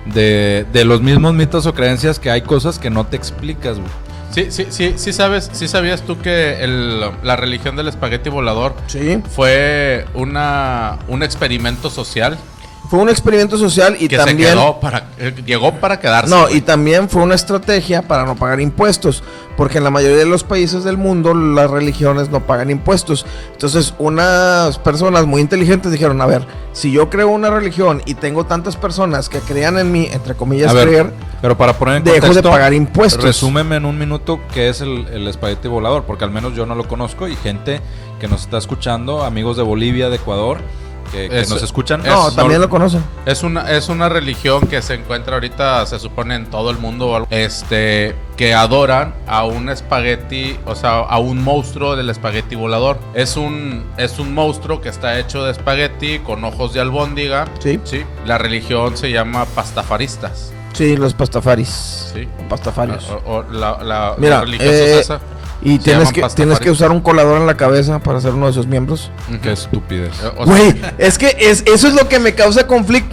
de, de los mismos mitos o creencias que hay cosas que no te explicas, güey. Sí, sí, sí, sí sabes, sí sabías tú que el, la religión del espagueti volador Sí, fue una, un experimento social fue un experimento social y que también... se quedó para, eh, llegó para quedarse. No, güey. y también fue una estrategia para no pagar impuestos, porque en la mayoría de los países del mundo las religiones no pagan impuestos. Entonces, unas personas muy inteligentes dijeron, a ver, si yo creo una religión y tengo tantas personas que crean en mí, entre comillas, A ver, creer, pero para poner en dejo contexto, de pagar impuestos. resúmeme en un minuto qué es el, el espagueti volador, porque al menos yo no lo conozco y gente que nos está escuchando, amigos de Bolivia, de Ecuador, que, que Es- nos escuchan. No, es- también lo conocen. Es una, es una religión que se encuentra ahorita, se supone, en todo el mundo, o algo, este, que adoran a un espagueti, o sea, a un monstruo del espagueti volador. Es un, es un monstruo que está hecho de espagueti con ojos de albóndiga. Sí, Sí. La religión se llama pastafaristas. sí, los pastafaris. Sí. Pastafarios. O, o la, la, Mira, la religión eh, esa. Y se tienes llaman que, pastafaris. tienes que usar un colador en la cabeza para ser uno de sus miembros. Ujú. Qué estupidez. Eh, o sea, Güey, es que es, eso es lo que me causa conflicto.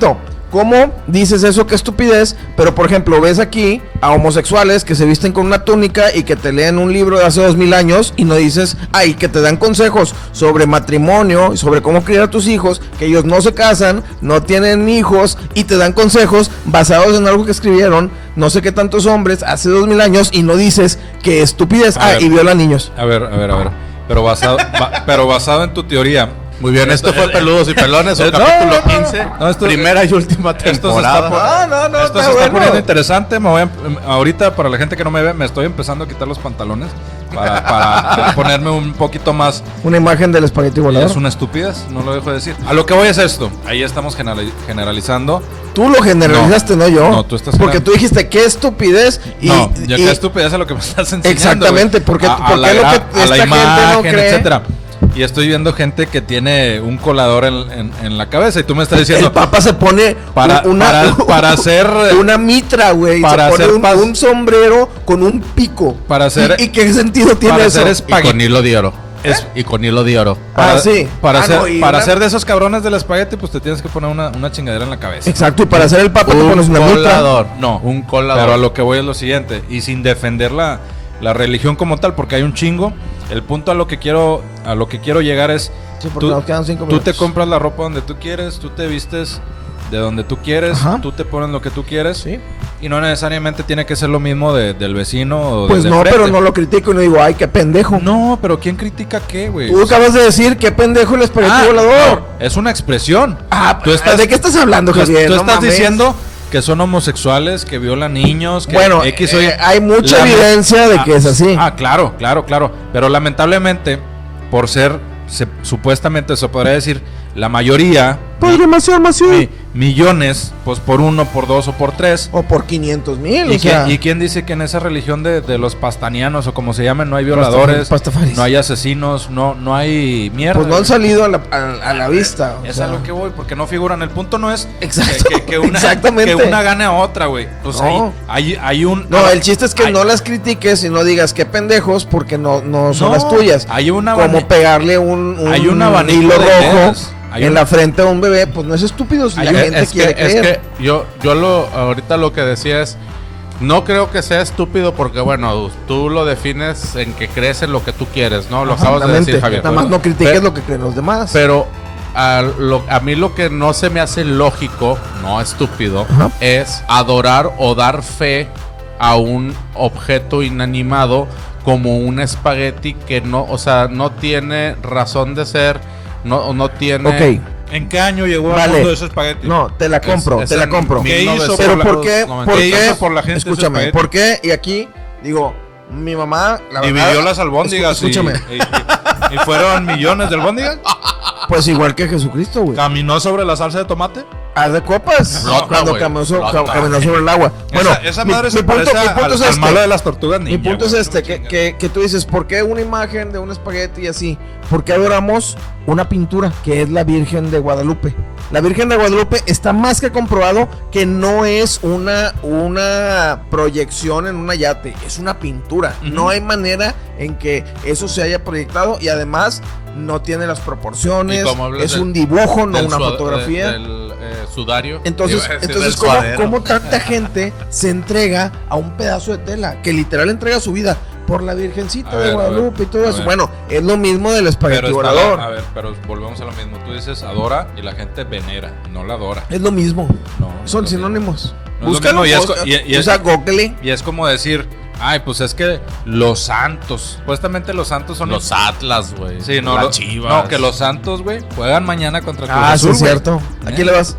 ¿cómo dices eso? Qué estupidez. Pero por ejemplo, ves aquí a homosexuales que se visten con una túnica y que te leen un libro de hace dos mil años y no dices, ay, que te dan consejos sobre matrimonio y sobre cómo criar a tus hijos, que ellos no se casan, no tienen hijos y te dan consejos basados en algo que escribieron no sé qué tantos hombres hace dos mil años y no dices que estupidez, A ah, ver. y viola niños. A ver, a ver, a ver. Pero basado, ba- pero basado en tu teoría. Muy bien, esto fue Peludos y Pelones, el No, capítulo no, no. quince, No, esto- primera y última Esto se está, temporada. pon- Ah, no, no, esto está se está bueno. poniendo interesante. Me voy a- ahorita, para la gente que no me ve, me estoy empezando a quitar los pantalones para, para ponerme un poquito más. Una imagen del espagueti volador. Es una estupidez, no lo dejo de decir. A lo que voy es esto. Ahí estamos generali- generalizando. Tú lo generalizaste, no, yo. No, tú estás Porque general- tú dijiste qué estupidez y, no, ya y- que estupidez es lo que me estás enseñando. Exactamente, güey. porque- A- a porque la lo gra- que a la esta gente no imagen, cree. etcétera. Y estoy viendo gente que tiene un colador en, en- en la cabeza y tú me estás diciendo el Papa se pone para, una, para, para hacer una mitra, güey. para Se pone hacer un, pas- un sombrero con un pico. Para hacer- ¿Y, y qué sentido tiene para eso? hacer Y espagueti. con hilo de oro. Es- Y con hilo de oro. Para, Ah, sí. para, Ah, hacer, no, y para una- hacer de esos cabrones del espagueti, pues te tienes que poner una, una chingadera en la cabeza. Exacto, y para hacer el Papa te pones Un una mitra. colador. No, Un colador. Pero a lo que voy es lo siguiente, y sin defender la, la religión como tal, porque hay un chingo, el punto a lo que quiero, a lo que quiero llegar es, Sí, porque tú, nos quedan cinco tú te minutos. compras la ropa donde tú quieres, tú te vistes de donde tú quieres, Ajá. tú te pones lo que tú quieres, Sí. y no necesariamente tiene que ser lo mismo de- del vecino o Pues del no, de pero enfrente. no lo critico y no digo, ay, qué pendejo. No, pero ¿quién critica qué, güey? Tú acabas de decir, qué pendejo el espagueti Ah, volador. no, es una expresión. Ah, Tú estás- ¿de qué estás hablando, Tú, Javier? tú No estás mames. diciendo que son homosexuales, que violan niños, que Bueno, X o Y. eh, hay mucha Lame- evidencia de que es así. Ah, claro, claro, claro. Pero lamentablemente, por ser, se- supuestamente se podría decir, la mayoría, Padre Maciel, Maciel. mi- millones, pues por uno, por dos o por tres. O por quinientos mil, ¿Y, o sea. quién, y quién dice que en esa religión de, de los pastanianos o como se llaman no hay violadores, Pastafaris. no hay asesinos, no, no hay mierda? Pues no han güey? salido a la, a, a la vista. o Es sea. a lo que voy, porque no figuran. El punto no es Exacto, que, que- que una, exactamente. que una gane a otra, güey. Pues No. hay, hay, hay un... No, el chiste es que hay- no las critiques y no digas qué pendejos porque no, no son No, las tuyas. hay una Como abani- pegarle un, un hay un abanico hilo de rojo ideas. Hay en un- la frente a un bebé, pues no es estúpido si Hay la un- gente es quiere que, es creer. que yo, yo lo, ahorita lo que decía es, no creo que sea estúpido porque, bueno, tú lo defines en que crees en lo que tú quieres, ¿no? Lo Ajá, acabas de obviamente. decir, Javier. Nada más no critiques Pe- lo que creen los demás. Pero a, lo- a mí lo que no se me hace lógico, no estúpido, Ajá. es adorar o dar fe a un objeto inanimado como un espagueti que no, o sea, no tiene razón de ser, no, no tiene... Ok. ¿En qué año llegó Vale. al mundo ese espagueti? No, te la compro, Es- te es la en compro. ¿Qué hizo Pero por ¿por qué? la- ¿Por ¿Qué qué? hizo por la gente ese Escúchame, espagueti? ¿por qué? Y aquí, digo, mi mamá, la Dividió verdad, las albóndigas. escu- Escúchame. Y, y- y fueron millones de albóndigas. Pues igual que Jesucristo, güey. Caminó sobre la salsa de tomate. Haz de copas. Flota, cuando güey, caminó, so- flota. ca- caminó sobre el agua. Bueno, esa, esa mi- madre mi, se punto, parece mi punto al, es al este. malo de las tortugas Mi ninja. punto es güey. este, que, que, que tú dices, ¿por qué una imagen de un espagueti y así? ¿Por qué adoramos una pintura que es la Virgen de Guadalupe? La Virgen de Guadalupe está más que comprobado que no es una, una proyección en una yate, es una pintura. Ujú. No hay manera en que eso se haya proyectado y además no tiene las proporciones, Y como hablas es del- un dibujo, no del una suad- fotografía. de- del eh, sudario. Entonces, Iba a decir entonces del ¿cómo, suadero. cómo tanta gente se entrega a un pedazo de tela? Que literal entrega su vida por la Virgencita A de ver, a Guadalupe ver, y todo a eso. ver. Bueno, es lo mismo del Pero espagueti está volador. la- a ver, pero volvemos a lo mismo. Tú dices adora y la gente venera, no la adora. Es lo mismo. No, no Son es lo sinónimos. No es lo Búscalo. mismo y es busca- co- y- y es- usa Google. Y es como decir, ay, pues es que los santos, supuestamente los santos son Los Atlas, güey. Sí, no, Las lo- Chivas. no, que los santos, güey, juegan mañana contra Cruz Ah, sí, Azul, es güey. cierto. ¿A quién ¿Eh? le vas?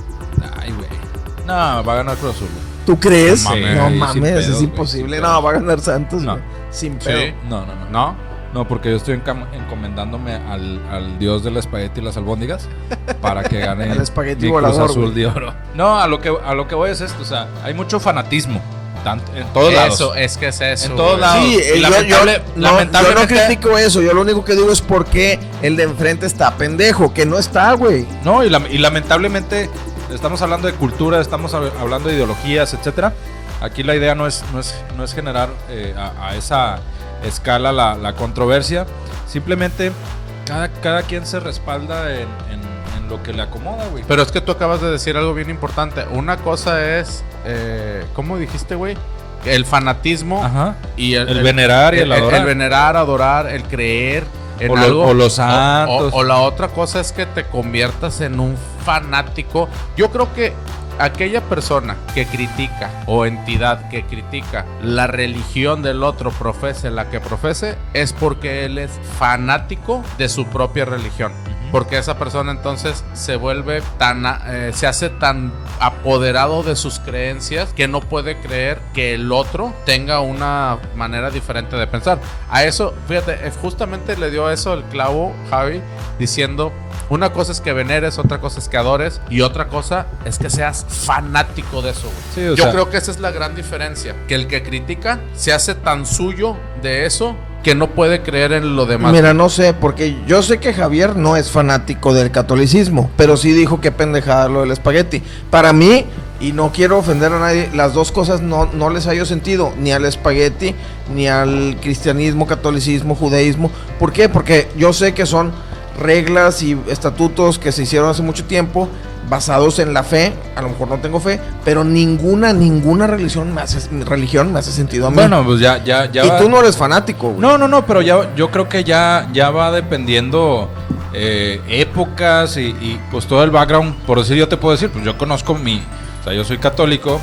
Ay, güey. No, va a ganar Cruz Azul, güey. ¿Tú crees? No No mames, mames, sin pedos, es güey, imposible. sin No, pedos. va a ganar Santos, No. güey. Sin pedo. Sí. No, no, no. ¿No? No, porque yo estoy encam- encomendándome al, al dios del espagueti y las albóndigas para que gane Al espagueti mi Cruz volador, Azul güey. de oro. No, a lo que a lo que voy es esto, o sea, hay mucho fanatismo tanto, en todos lados. Eso, es que es eso. En todos güey. lados. Sí, Y eh, yo, yo, lamentable- no, yo no lamentablemente- critico eso. Yo lo único que digo es por qué el de enfrente está pendejo. Que no está, güey. No, y, la- y lamentablemente estamos hablando de cultura, estamos hab- hablando de ideologías, etcétera. Aquí la idea no es, no es, no es generar eh, a, a esa escala la, la controversia. Simplemente cada, cada quien se respalda en, en- en lo que le acomoda, güey. Pero es que tú acabas de decir algo bien importante. Una cosa es, eh, ¿cómo dijiste, güey? El fanatismo. Ajá. Y el, el, el venerar y el, el adorar. El venerar, adorar, el creer en o, algo. Lo, o los santos. O, o, o la otra cosa es que te conviertas en un fanático. Yo creo que aquella persona que critica o entidad que critica la religión del otro, profese la que profese, es porque él es fanático de su propia religión. Porque esa persona entonces se vuelve tan, eh, se hace tan apoderado de sus creencias que no puede creer que el otro tenga una manera diferente de pensar. A eso, fíjate, justamente le dio eso el clavo, Javi, diciendo: una cosa es que veneres, otra cosa es que adores, y otra cosa es que seas fanático de eso, güey. Sí, o Yo sea, creo que esa es la gran diferencia, que el que critica se hace tan suyo de eso que no puede creer en lo demás. Mira, no sé, porque yo sé que Javier no es fanático del catolicismo, pero sí dijo que pendejada lo del espagueti. Para mí, y no quiero ofender a nadie, las dos cosas no, no les hallo sentido, ni al espagueti, ni al cristianismo, catolicismo, judaísmo. ¿Por qué? Porque yo sé que son reglas y estatutos que se hicieron hace mucho tiempo, basados en la fe. A lo mejor no tengo fe, pero ninguna, ninguna religión me hace, religión me hace sentido a mí. Bueno, pues ya, ya, ya. Y va. tú no eres fanático, güey. No, no, no, pero ya, yo creo que ya, ya va dependiendo eh, épocas y, y pues todo el background. Por decir, yo te puedo decir, pues yo conozco mi, o sea, yo soy católico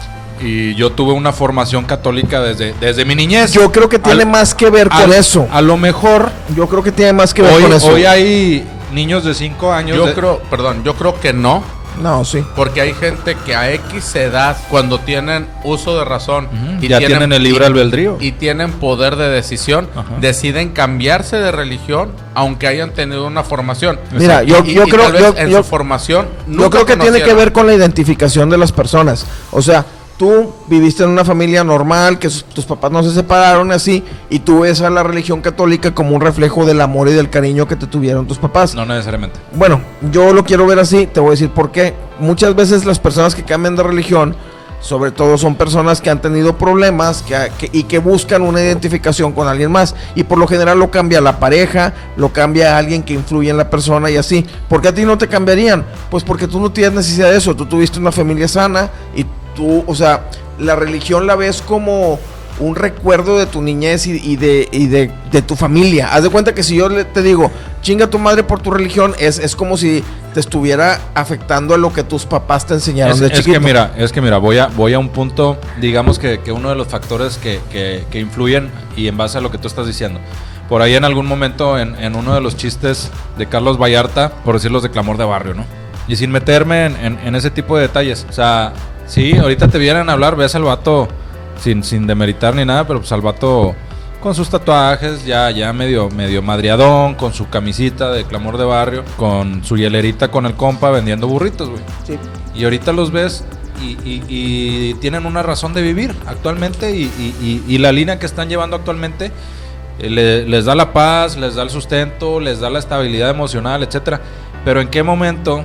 y yo tuve una formación católica desde, desde mi niñez. Yo creo que tiene al, más que ver con al, eso. A lo mejor. Yo creo que tiene más que ver hoy, con eso. Hoy hay niños de cinco años. Yo de... creo, perdón, yo creo que no. No, sí. Porque hay gente que a X edad, cuando tienen uso de razón, uh-huh. y ya tienen, tienen el libre y, albedrío y tienen poder de decisión, uh-huh. deciden cambiarse de religión, aunque hayan tenido una formación. Mira, yo, y, yo y creo tal vez yo, en yo, su formación yo creo que tiene que ver con la identificación de las personas. O sea, tú viviste en una familia normal, que sus, tus papás no se separaron así, y tú ves a la religión católica como un reflejo del amor y del cariño que te tuvieron tus papás. No necesariamente. Bueno, yo lo quiero ver así, te voy a decir por qué. Muchas veces las personas que cambian de religión, sobre todo son personas que han tenido problemas que, que, y que buscan una identificación con alguien más, y por lo general lo cambia la pareja, lo cambia a alguien que influye en la persona y así. ¿Por qué a ti no te cambiarían? Pues porque tú no tienes necesidad de eso, tú tuviste una familia sana y tú, o sea, la religión la ves como un recuerdo de tu niñez y, y, de, y de, de tu familia. Haz de cuenta que si yo le, te digo, chinga a tu madre por tu religión, es, es como si te estuviera afectando a lo que tus papás te enseñaron es, de es chiquito. Que mira, es que mira, voy a, voy a un punto, digamos que, que uno de los factores que, que, que influyen, y en base a lo que tú estás diciendo. Por ahí en algún momento, en, en uno de los chistes de Carlos Vallarta, por decirlos de clamor de barrio, ¿no? Y sin meterme en, en, en ese tipo de detalles. O sea, sí, ahorita te vienen a hablar, ves al vato, sin, sin demeritar ni nada, pero pues al vato con sus tatuajes, ya, ya medio, medio madriadón, con su camisita de clamor de barrio, con su hielerita con el compa vendiendo burritos, güey. Sí. Y ahorita los ves y, y, y tienen una razón de vivir actualmente, y, y, y, y la línea que están llevando actualmente eh, le, les da la paz, les da el sustento, les da la estabilidad emocional, etcétera. Pero ¿en qué momento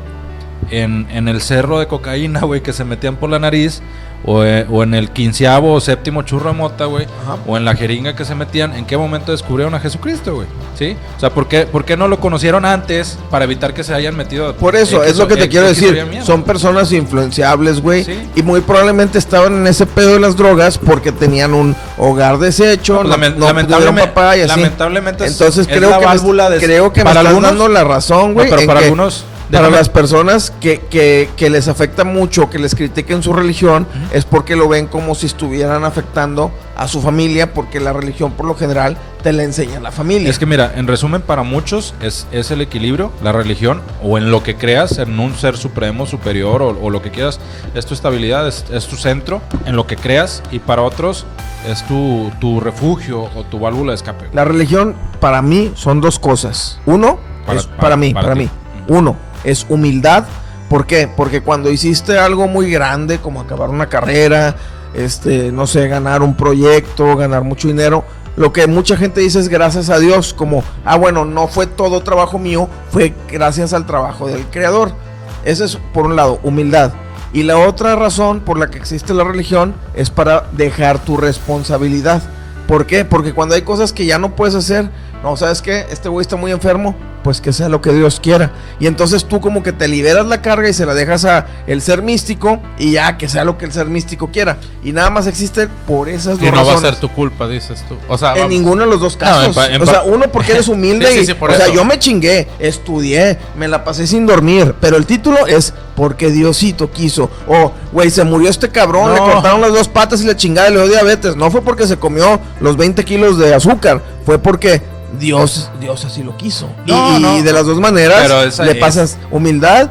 en, en el cerro de cocaína, güey, que se metían por la nariz, o, eh, o en el quinceavo o séptimo churro de mota, güey, o en la jeringa que se metían, ¿en qué momento descubrieron a Jesucristo, güey? ¿Sí? O sea, ¿por qué, ¿por qué no lo conocieron antes para evitar que se hayan metido? Por eso, X, es lo que te X, quiero X, decir. X, Son personas influenciables, güey. ¿Sí? Y muy probablemente estaban en ese pedo de las drogas porque tenían un hogar deshecho, no, no, no tuvieron papá y así. Lamentablemente es, Entonces es creo, la que válvula me, de, creo que para me estás algunos, dando la razón, güey. No, pero para que, algunos... Para déjame, las personas que, que, que les afecta mucho, que les critiquen su religión, uh-huh. es porque lo ven como si estuvieran afectando a su familia, porque la religión por lo general te la enseña la familia. Es que mira, en resumen, para muchos es, es el equilibrio, la religión, o en lo que creas, en un ser supremo, superior, o, o lo que quieras, es tu estabilidad, es, es tu centro, en lo que creas, y para otros es tu, tu refugio o tu válvula de escape. La religión para mí son dos cosas. Uno, para, es, para, para mí, para, para mí. Uno, es humildad. ¿Por qué? Porque cuando hiciste algo muy grande, como acabar una carrera, este, no sé, ganar un proyecto, ganar mucho dinero, lo que mucha gente dice es gracias a Dios, como, ah, bueno, no fue todo trabajo mío, fue gracias al trabajo del creador. Ese es, por un lado, humildad. Y la otra razón por la que existe la religión es para dejar tu responsabilidad. ¿Por qué? Porque cuando hay cosas que ya no puedes hacer, no, ¿sabes qué? Este güey está muy enfermo, pues que sea lo que Dios quiera. Y entonces tú como que te liberas la carga y se la dejas a el ser místico y ya que sea lo que el ser místico quiera. Y nada más existe por esas Y dos no va a razones. ser tu culpa, dices tú. O sea, En vamos- ninguno de los dos casos. No, en pa- en o pa- sea, uno porque eres humilde Sí, sí, y, sí, por o sea, eso. yo me chingué, estudié, me la pasé sin dormir, pero el título es porque Diosito quiso. O, güey, se murió este cabrón, No. le cortaron las dos patas y le chingada y le dio diabetes. No fue porque se comió los veinte kilos de azúcar, fue porque Dios, Dios así lo quiso. No, y, no. y de las dos maneras Pero esa le es- pasas humildad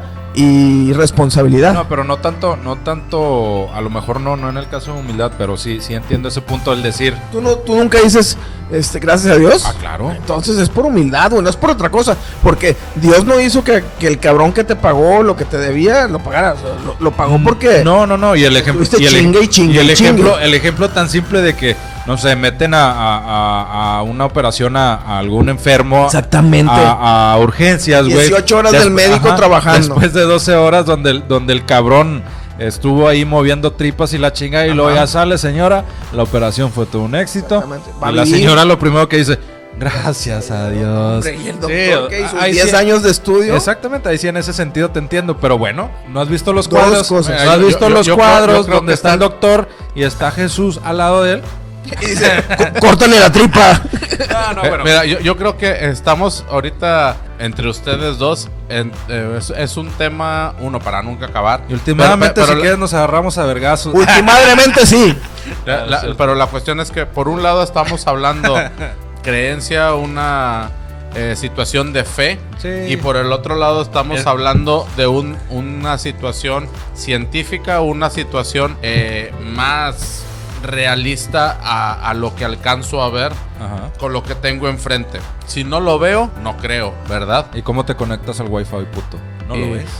y responsabilidad. No, pero no tanto, no tanto, a lo mejor no, no en el caso de humildad, pero sí, sí entiendo ese punto del decir. ¿Tú, no, tú nunca dices, este, gracias a Dios. Ah, claro. Entonces es por humildad, güey, no es por otra cosa. Porque Dios no hizo que, que el cabrón que te pagó lo que te debía lo pagara. O sea, lo, lo pagó porque. No, no, no. Y el ejemplo. Estuviste Y el, chingue y chingue y el y chingue. ejemplo, el ejemplo tan simple de que, no sé, meten a, a- a- a una operación a, a algún enfermo. Exactamente. A, a urgencias, güey. dieciocho horas del médico trabajando. Después de doce horas donde el, donde el cabrón estuvo ahí moviendo tripas y la chinga y Ajá. luego ya sale, señora, la operación fue todo un éxito. Exactamente. Va a Y la vivir. señora lo primero que dice, gracias a Dios. Hombre, y el doctor Sí, que hizo ahí diez sí- años de estudio. Exactamente, ahí sí en ese sentido te entiendo, pero bueno, ¿no has visto los Dos cuadros? cosas. ¿No has Yo- visto yo- los yo creo- cuadros yo creo donde que está el están- doctor y está Jesús al lado de él? Y dice, "C- córtale la tripa. No, Eh, mira, yo, yo creo que estamos ahorita entre ustedes dos. En, eh, es, es un tema, uno, para nunca acabar. Y últimamente, Pero- pero si la- quieres, nos agarramos a vergazos. Ultimadremente sí. la- la- pero la cuestión es que, por un lado, estamos hablando creencia, una eh, situación de fe. Sí. Y por el otro lado, estamos Es- hablando de un, una situación científica, una situación eh, más realista a, a lo que alcanzo a ver Ajá. con lo que tengo enfrente. Si no lo veo, no creo, ¿verdad? ¿Y cómo te conectas al wifi, puto? ¿No lo Y- ves?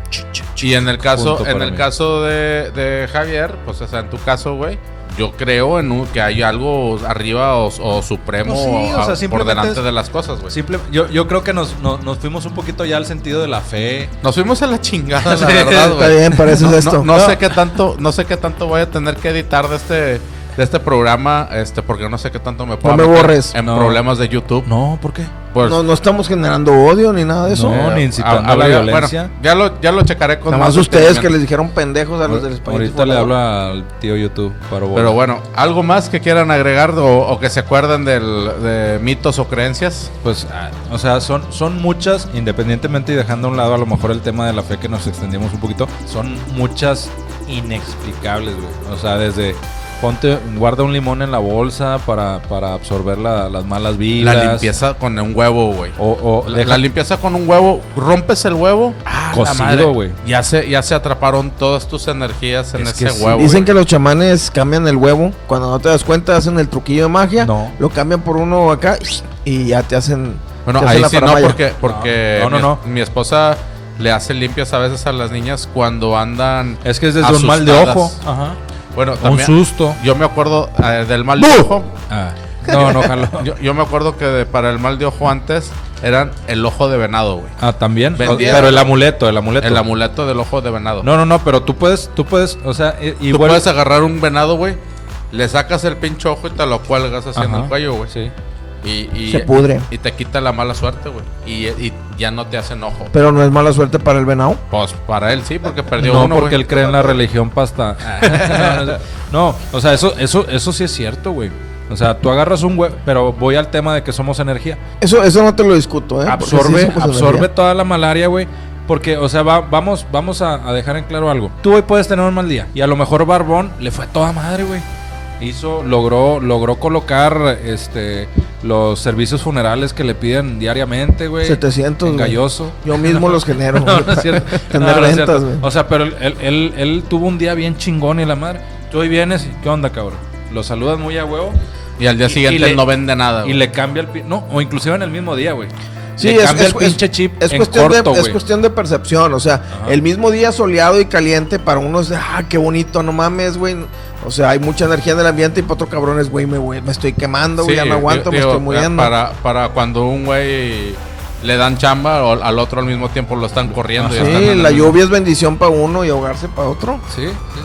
Y en el caso, Punto en para el mí. caso de, de Javier, pues o sea, en tu caso, güey, yo creo en un- que hay algo arriba o, o supremo No, sí, o a- sea, por simplemente delante es- de las cosas, güey. Simple, yo, yo creo que nos, no- nos fuimos un poquito ya al sentido de la fe. Nos fuimos a la chingada, Sí, la verdad, Está güey. bien, para eso No, es esto. no, no No. sé qué tanto, no sé qué tanto voy a tener que editar de este de este programa, este, porque no sé qué tanto me puedo me meter borres. en No. problemas de YouTube. No, ¿por qué? Pues, No, no estamos generando odio ni nada de eso. No, eh, ni incitando a- a la habría- violencia. Bueno, ya lo, ya lo checaré con Nada más más ustedes que detenimiento. les dijeron pendejos a los del español. Ahorita le hablo al tío YouTube. Pero, Pero bueno, ¿algo más que quieran agregar o, o que se acuerden del, de mitos o creencias? Pues, ah, o sea, son, son muchas, independientemente y dejando a un lado a lo mejor el tema de la fe que nos extendimos un poquito, son muchas inexplicables, güey. O sea, desde ponte, guarda un limón en la bolsa para, para absorber la- las malas vibras. La limpieza con un huevo, güey. O, o La, deja- la limpieza con un huevo, rompes el huevo, ah, la Cocido, madre. güey. Ya se, ya se atraparon todas tus energías en Es ese que sí. huevo. Dicen güey. que los chamanes cambian el huevo. Cuando no te das cuenta, hacen el truquillo de magia. No. Lo cambian por uno acá y ya te hacen. Bueno, te hacen ahí la sí no, faramaya. porque, porque No, no, mi, no. mi esposa le hace limpias a veces a las niñas cuando andan. Es que es desde un mal de asustadas. ojo. Ajá. Bueno, Un también. susto. Yo me acuerdo eh, del mal de ¡Bu! ojo. Ah. No, no, jalo. Yo, yo me acuerdo que de- para el mal de ojo antes eran el ojo de venado, güey. Ah, también. Vendía- Pero el amuleto, el amuleto. El amuleto del ojo de venado. No, no, no, pero tú puedes, tú puedes, o sea, i- Tú igual. puedes agarrar un venado, güey. Le sacas el pinche ojo y te lo cuelgas así en Ajá. el cuello, güey. Sí. Y, y, Se pudre. Y te quita la mala suerte, güey. Y, y ya no te hacen ojo. Pero no es mala suerte para el venado. Pues para él sí, porque perdió No, uno, porque güey. él cree en la religión pasta. no, no, no, o sea, eso, eso, eso sí es cierto, güey. O sea, tú agarras un huevo, pero voy al tema de que somos energía. Eso, eso no te lo discuto, ¿eh? Porque Absorbe, sí somos absorbe energía. toda la malaria, güey. Porque, o sea, va- vamos, vamos a, a dejar en claro algo. Tú hoy puedes tener un mal día. Y a lo mejor Barbón le fue a toda madre, güey. Hizo, logró, logró colocar este los servicios funerales que le piden diariamente, güey. setecientos, En güey. Galloso. Yo mismo los genero. No, no es cierto. Tener No, no es rentas, cierto. güey. O sea, pero él, él, él, él tuvo un día bien chingón y la madre. Tú hoy vienes y ¿qué onda, cabrón? Lo saludas muy a huevo Y al día Y- siguiente y le- él no vende nada, y güey. le cambia el... pi- No, o inclusive en el mismo día, güey. Sí, le es, cambia es- el pinche chip es en cuestión corto, de, es güey. cuestión de percepción. O sea, Ajá. el mismo día soleado y caliente para unos de, ah, qué bonito, no mames, güey. O sea, hay mucha energía en el ambiente y para otro cabrón es, güey, me, voy- me estoy quemando, güey, Sí, ya no aguanto, digo, me estoy muriendo. Para, para cuando un güey le dan chamba, o al otro al mismo tiempo lo están corriendo. y están Sí, en el la mismo- lluvia es bendición para uno y ahogarse para otro. Sí, sí.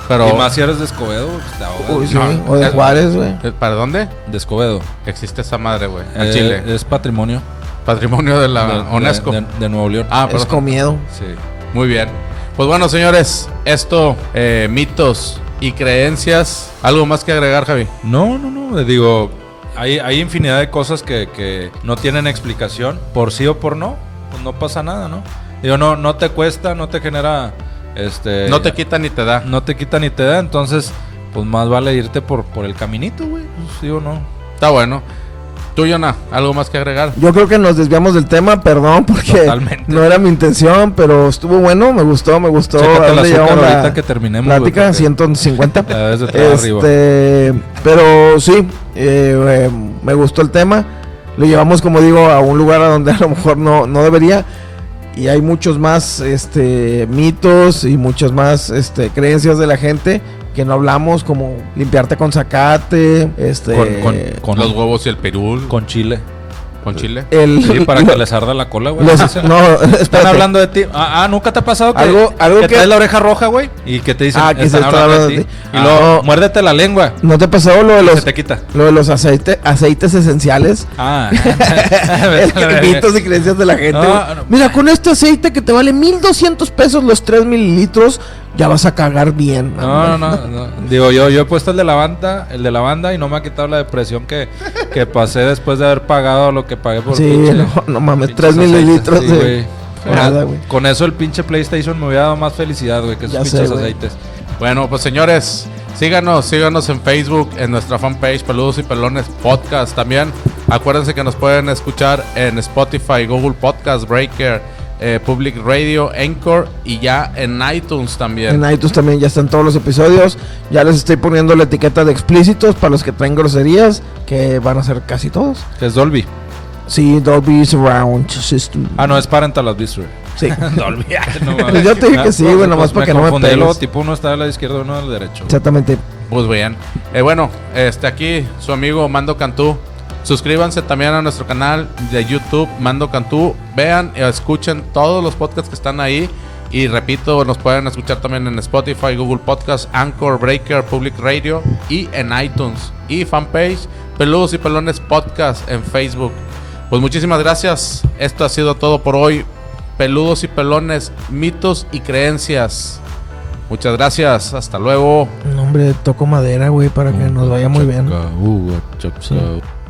Pero... Y más si eres de Escobedo, pues te ahogas. Uy, sí, No, o de es- Juárez, güey. ¿Para dónde? De Escobedo. Existe esa madre, güey. Al Eh, Chile. Es patrimonio Patrimonio de la de, UNESCO. de, de- de Nuevo León. Ah, Es perdón. con miedo. Sí. Muy bien. Pues bueno, señores, esto, eh, mitos y creencias. ¿Algo más que agregar, Javi? No, no, no. eh, Digo, hay, hay infinidad de cosas que, que no tienen explicación. Por sí o por no, pues no pasa nada, ¿no? Digo, no, no te cuesta, no te genera... este No te quita ni te da. No te quita ni te da, entonces, pues más vale irte por, por el caminito, güey. Pues, sí o no. Está bueno. Tú, Yona, ¿algo más que agregar? Yo creo que nos desviamos del tema, perdón, porque Totalmente. no era mi intención, pero estuvo bueno, me gustó, me gustó. Chécate ¿A el dónde azúcar llevamos ahorita la que terminemos, güey, plática? porque ciento cincuenta. la debes de traer arriba. Este, pero sí, eh, eh, me gustó el tema. Lo llevamos, como digo, a un lugar a donde a lo mejor no, no debería. Y hay muchos más este, mitos y muchas más este, creencias de la gente que no hablamos, como limpiarte con zacate, este, Con, con, con, Los huevos y el pirul. con chile. Con chile. el, Sí, para que les arda la cola, güey. los- Dicen. no, Están espérate. hablando de ti. Ah, ah, ¿nunca te ha pasado que, Algo- algo que que- traes la oreja roja, güey? Y que te dicen, Ah, que están se está hablando de hablando ti. de Y ti. luego, Ah. muérdete la lengua. ¿No te pasó lo de Y los, se te quita. lo de los aceite, aceites esenciales? Ah. El mitos y creencias de la gente. No, güey. no. Mira, con este aceite que te vale mil doscientos pesos los tres mililitros, ya vas a cagar bien. No, no, no, no. Digo, yo, yo he puesto el de la banda, el de la banda y no me ha quitado la depresión que, que pasé después de haber pagado lo que pagué por Sí, pinche- no, no mames, pinches tres aceites. mililitros Sí, de... güey. Nada, güey. Con eso el pinche PlayStation me hubiera dado más felicidad, güey, que esos Ya sé, pinches güey. aceites. Bueno, pues señores, síganos, síganos en Facebook, en nuestra fanpage Peludos y Pelones Podcast también. Acuérdense que nos pueden escuchar en Spotify, Google Podcast, Breaker, eh, Public Radio, Anchor y ya en iTunes también. En iTunes también ya están todos los episodios. Ya les estoy poniendo la etiqueta de explícitos para los que traen groserías, que van a ser casi todos. Que es Dolby. Sí, Dolby Surround System. Ah, no, es Parental Advisory. Sí. Dolby. No, Pues yo te dije que sí, güey, nomás para que no me confundí, pegues. luego, tipo uno está a la izquierda, uno a la derecha. Exactamente. Pues bien. Eh, bueno, este aquí su amigo Mando Cantú. Suscríbanse también a nuestro canal de YouTube Mando Cantú. Vean y escuchen todos los podcasts que están ahí. Y repito, nos pueden escuchar también en Spotify, Google Podcast, Anchor, Breaker, Public Radio y en iTunes. Y fanpage Peludos y Pelones Podcast en Facebook. Pues muchísimas gracias. Esto ha sido todo por hoy. Peludos y Pelones, mitos y creencias. Muchas gracias. Hasta luego. No, hombre, toco madera, güey, para que nos vaya muy bien. Chaca, uh, chaca. Sí.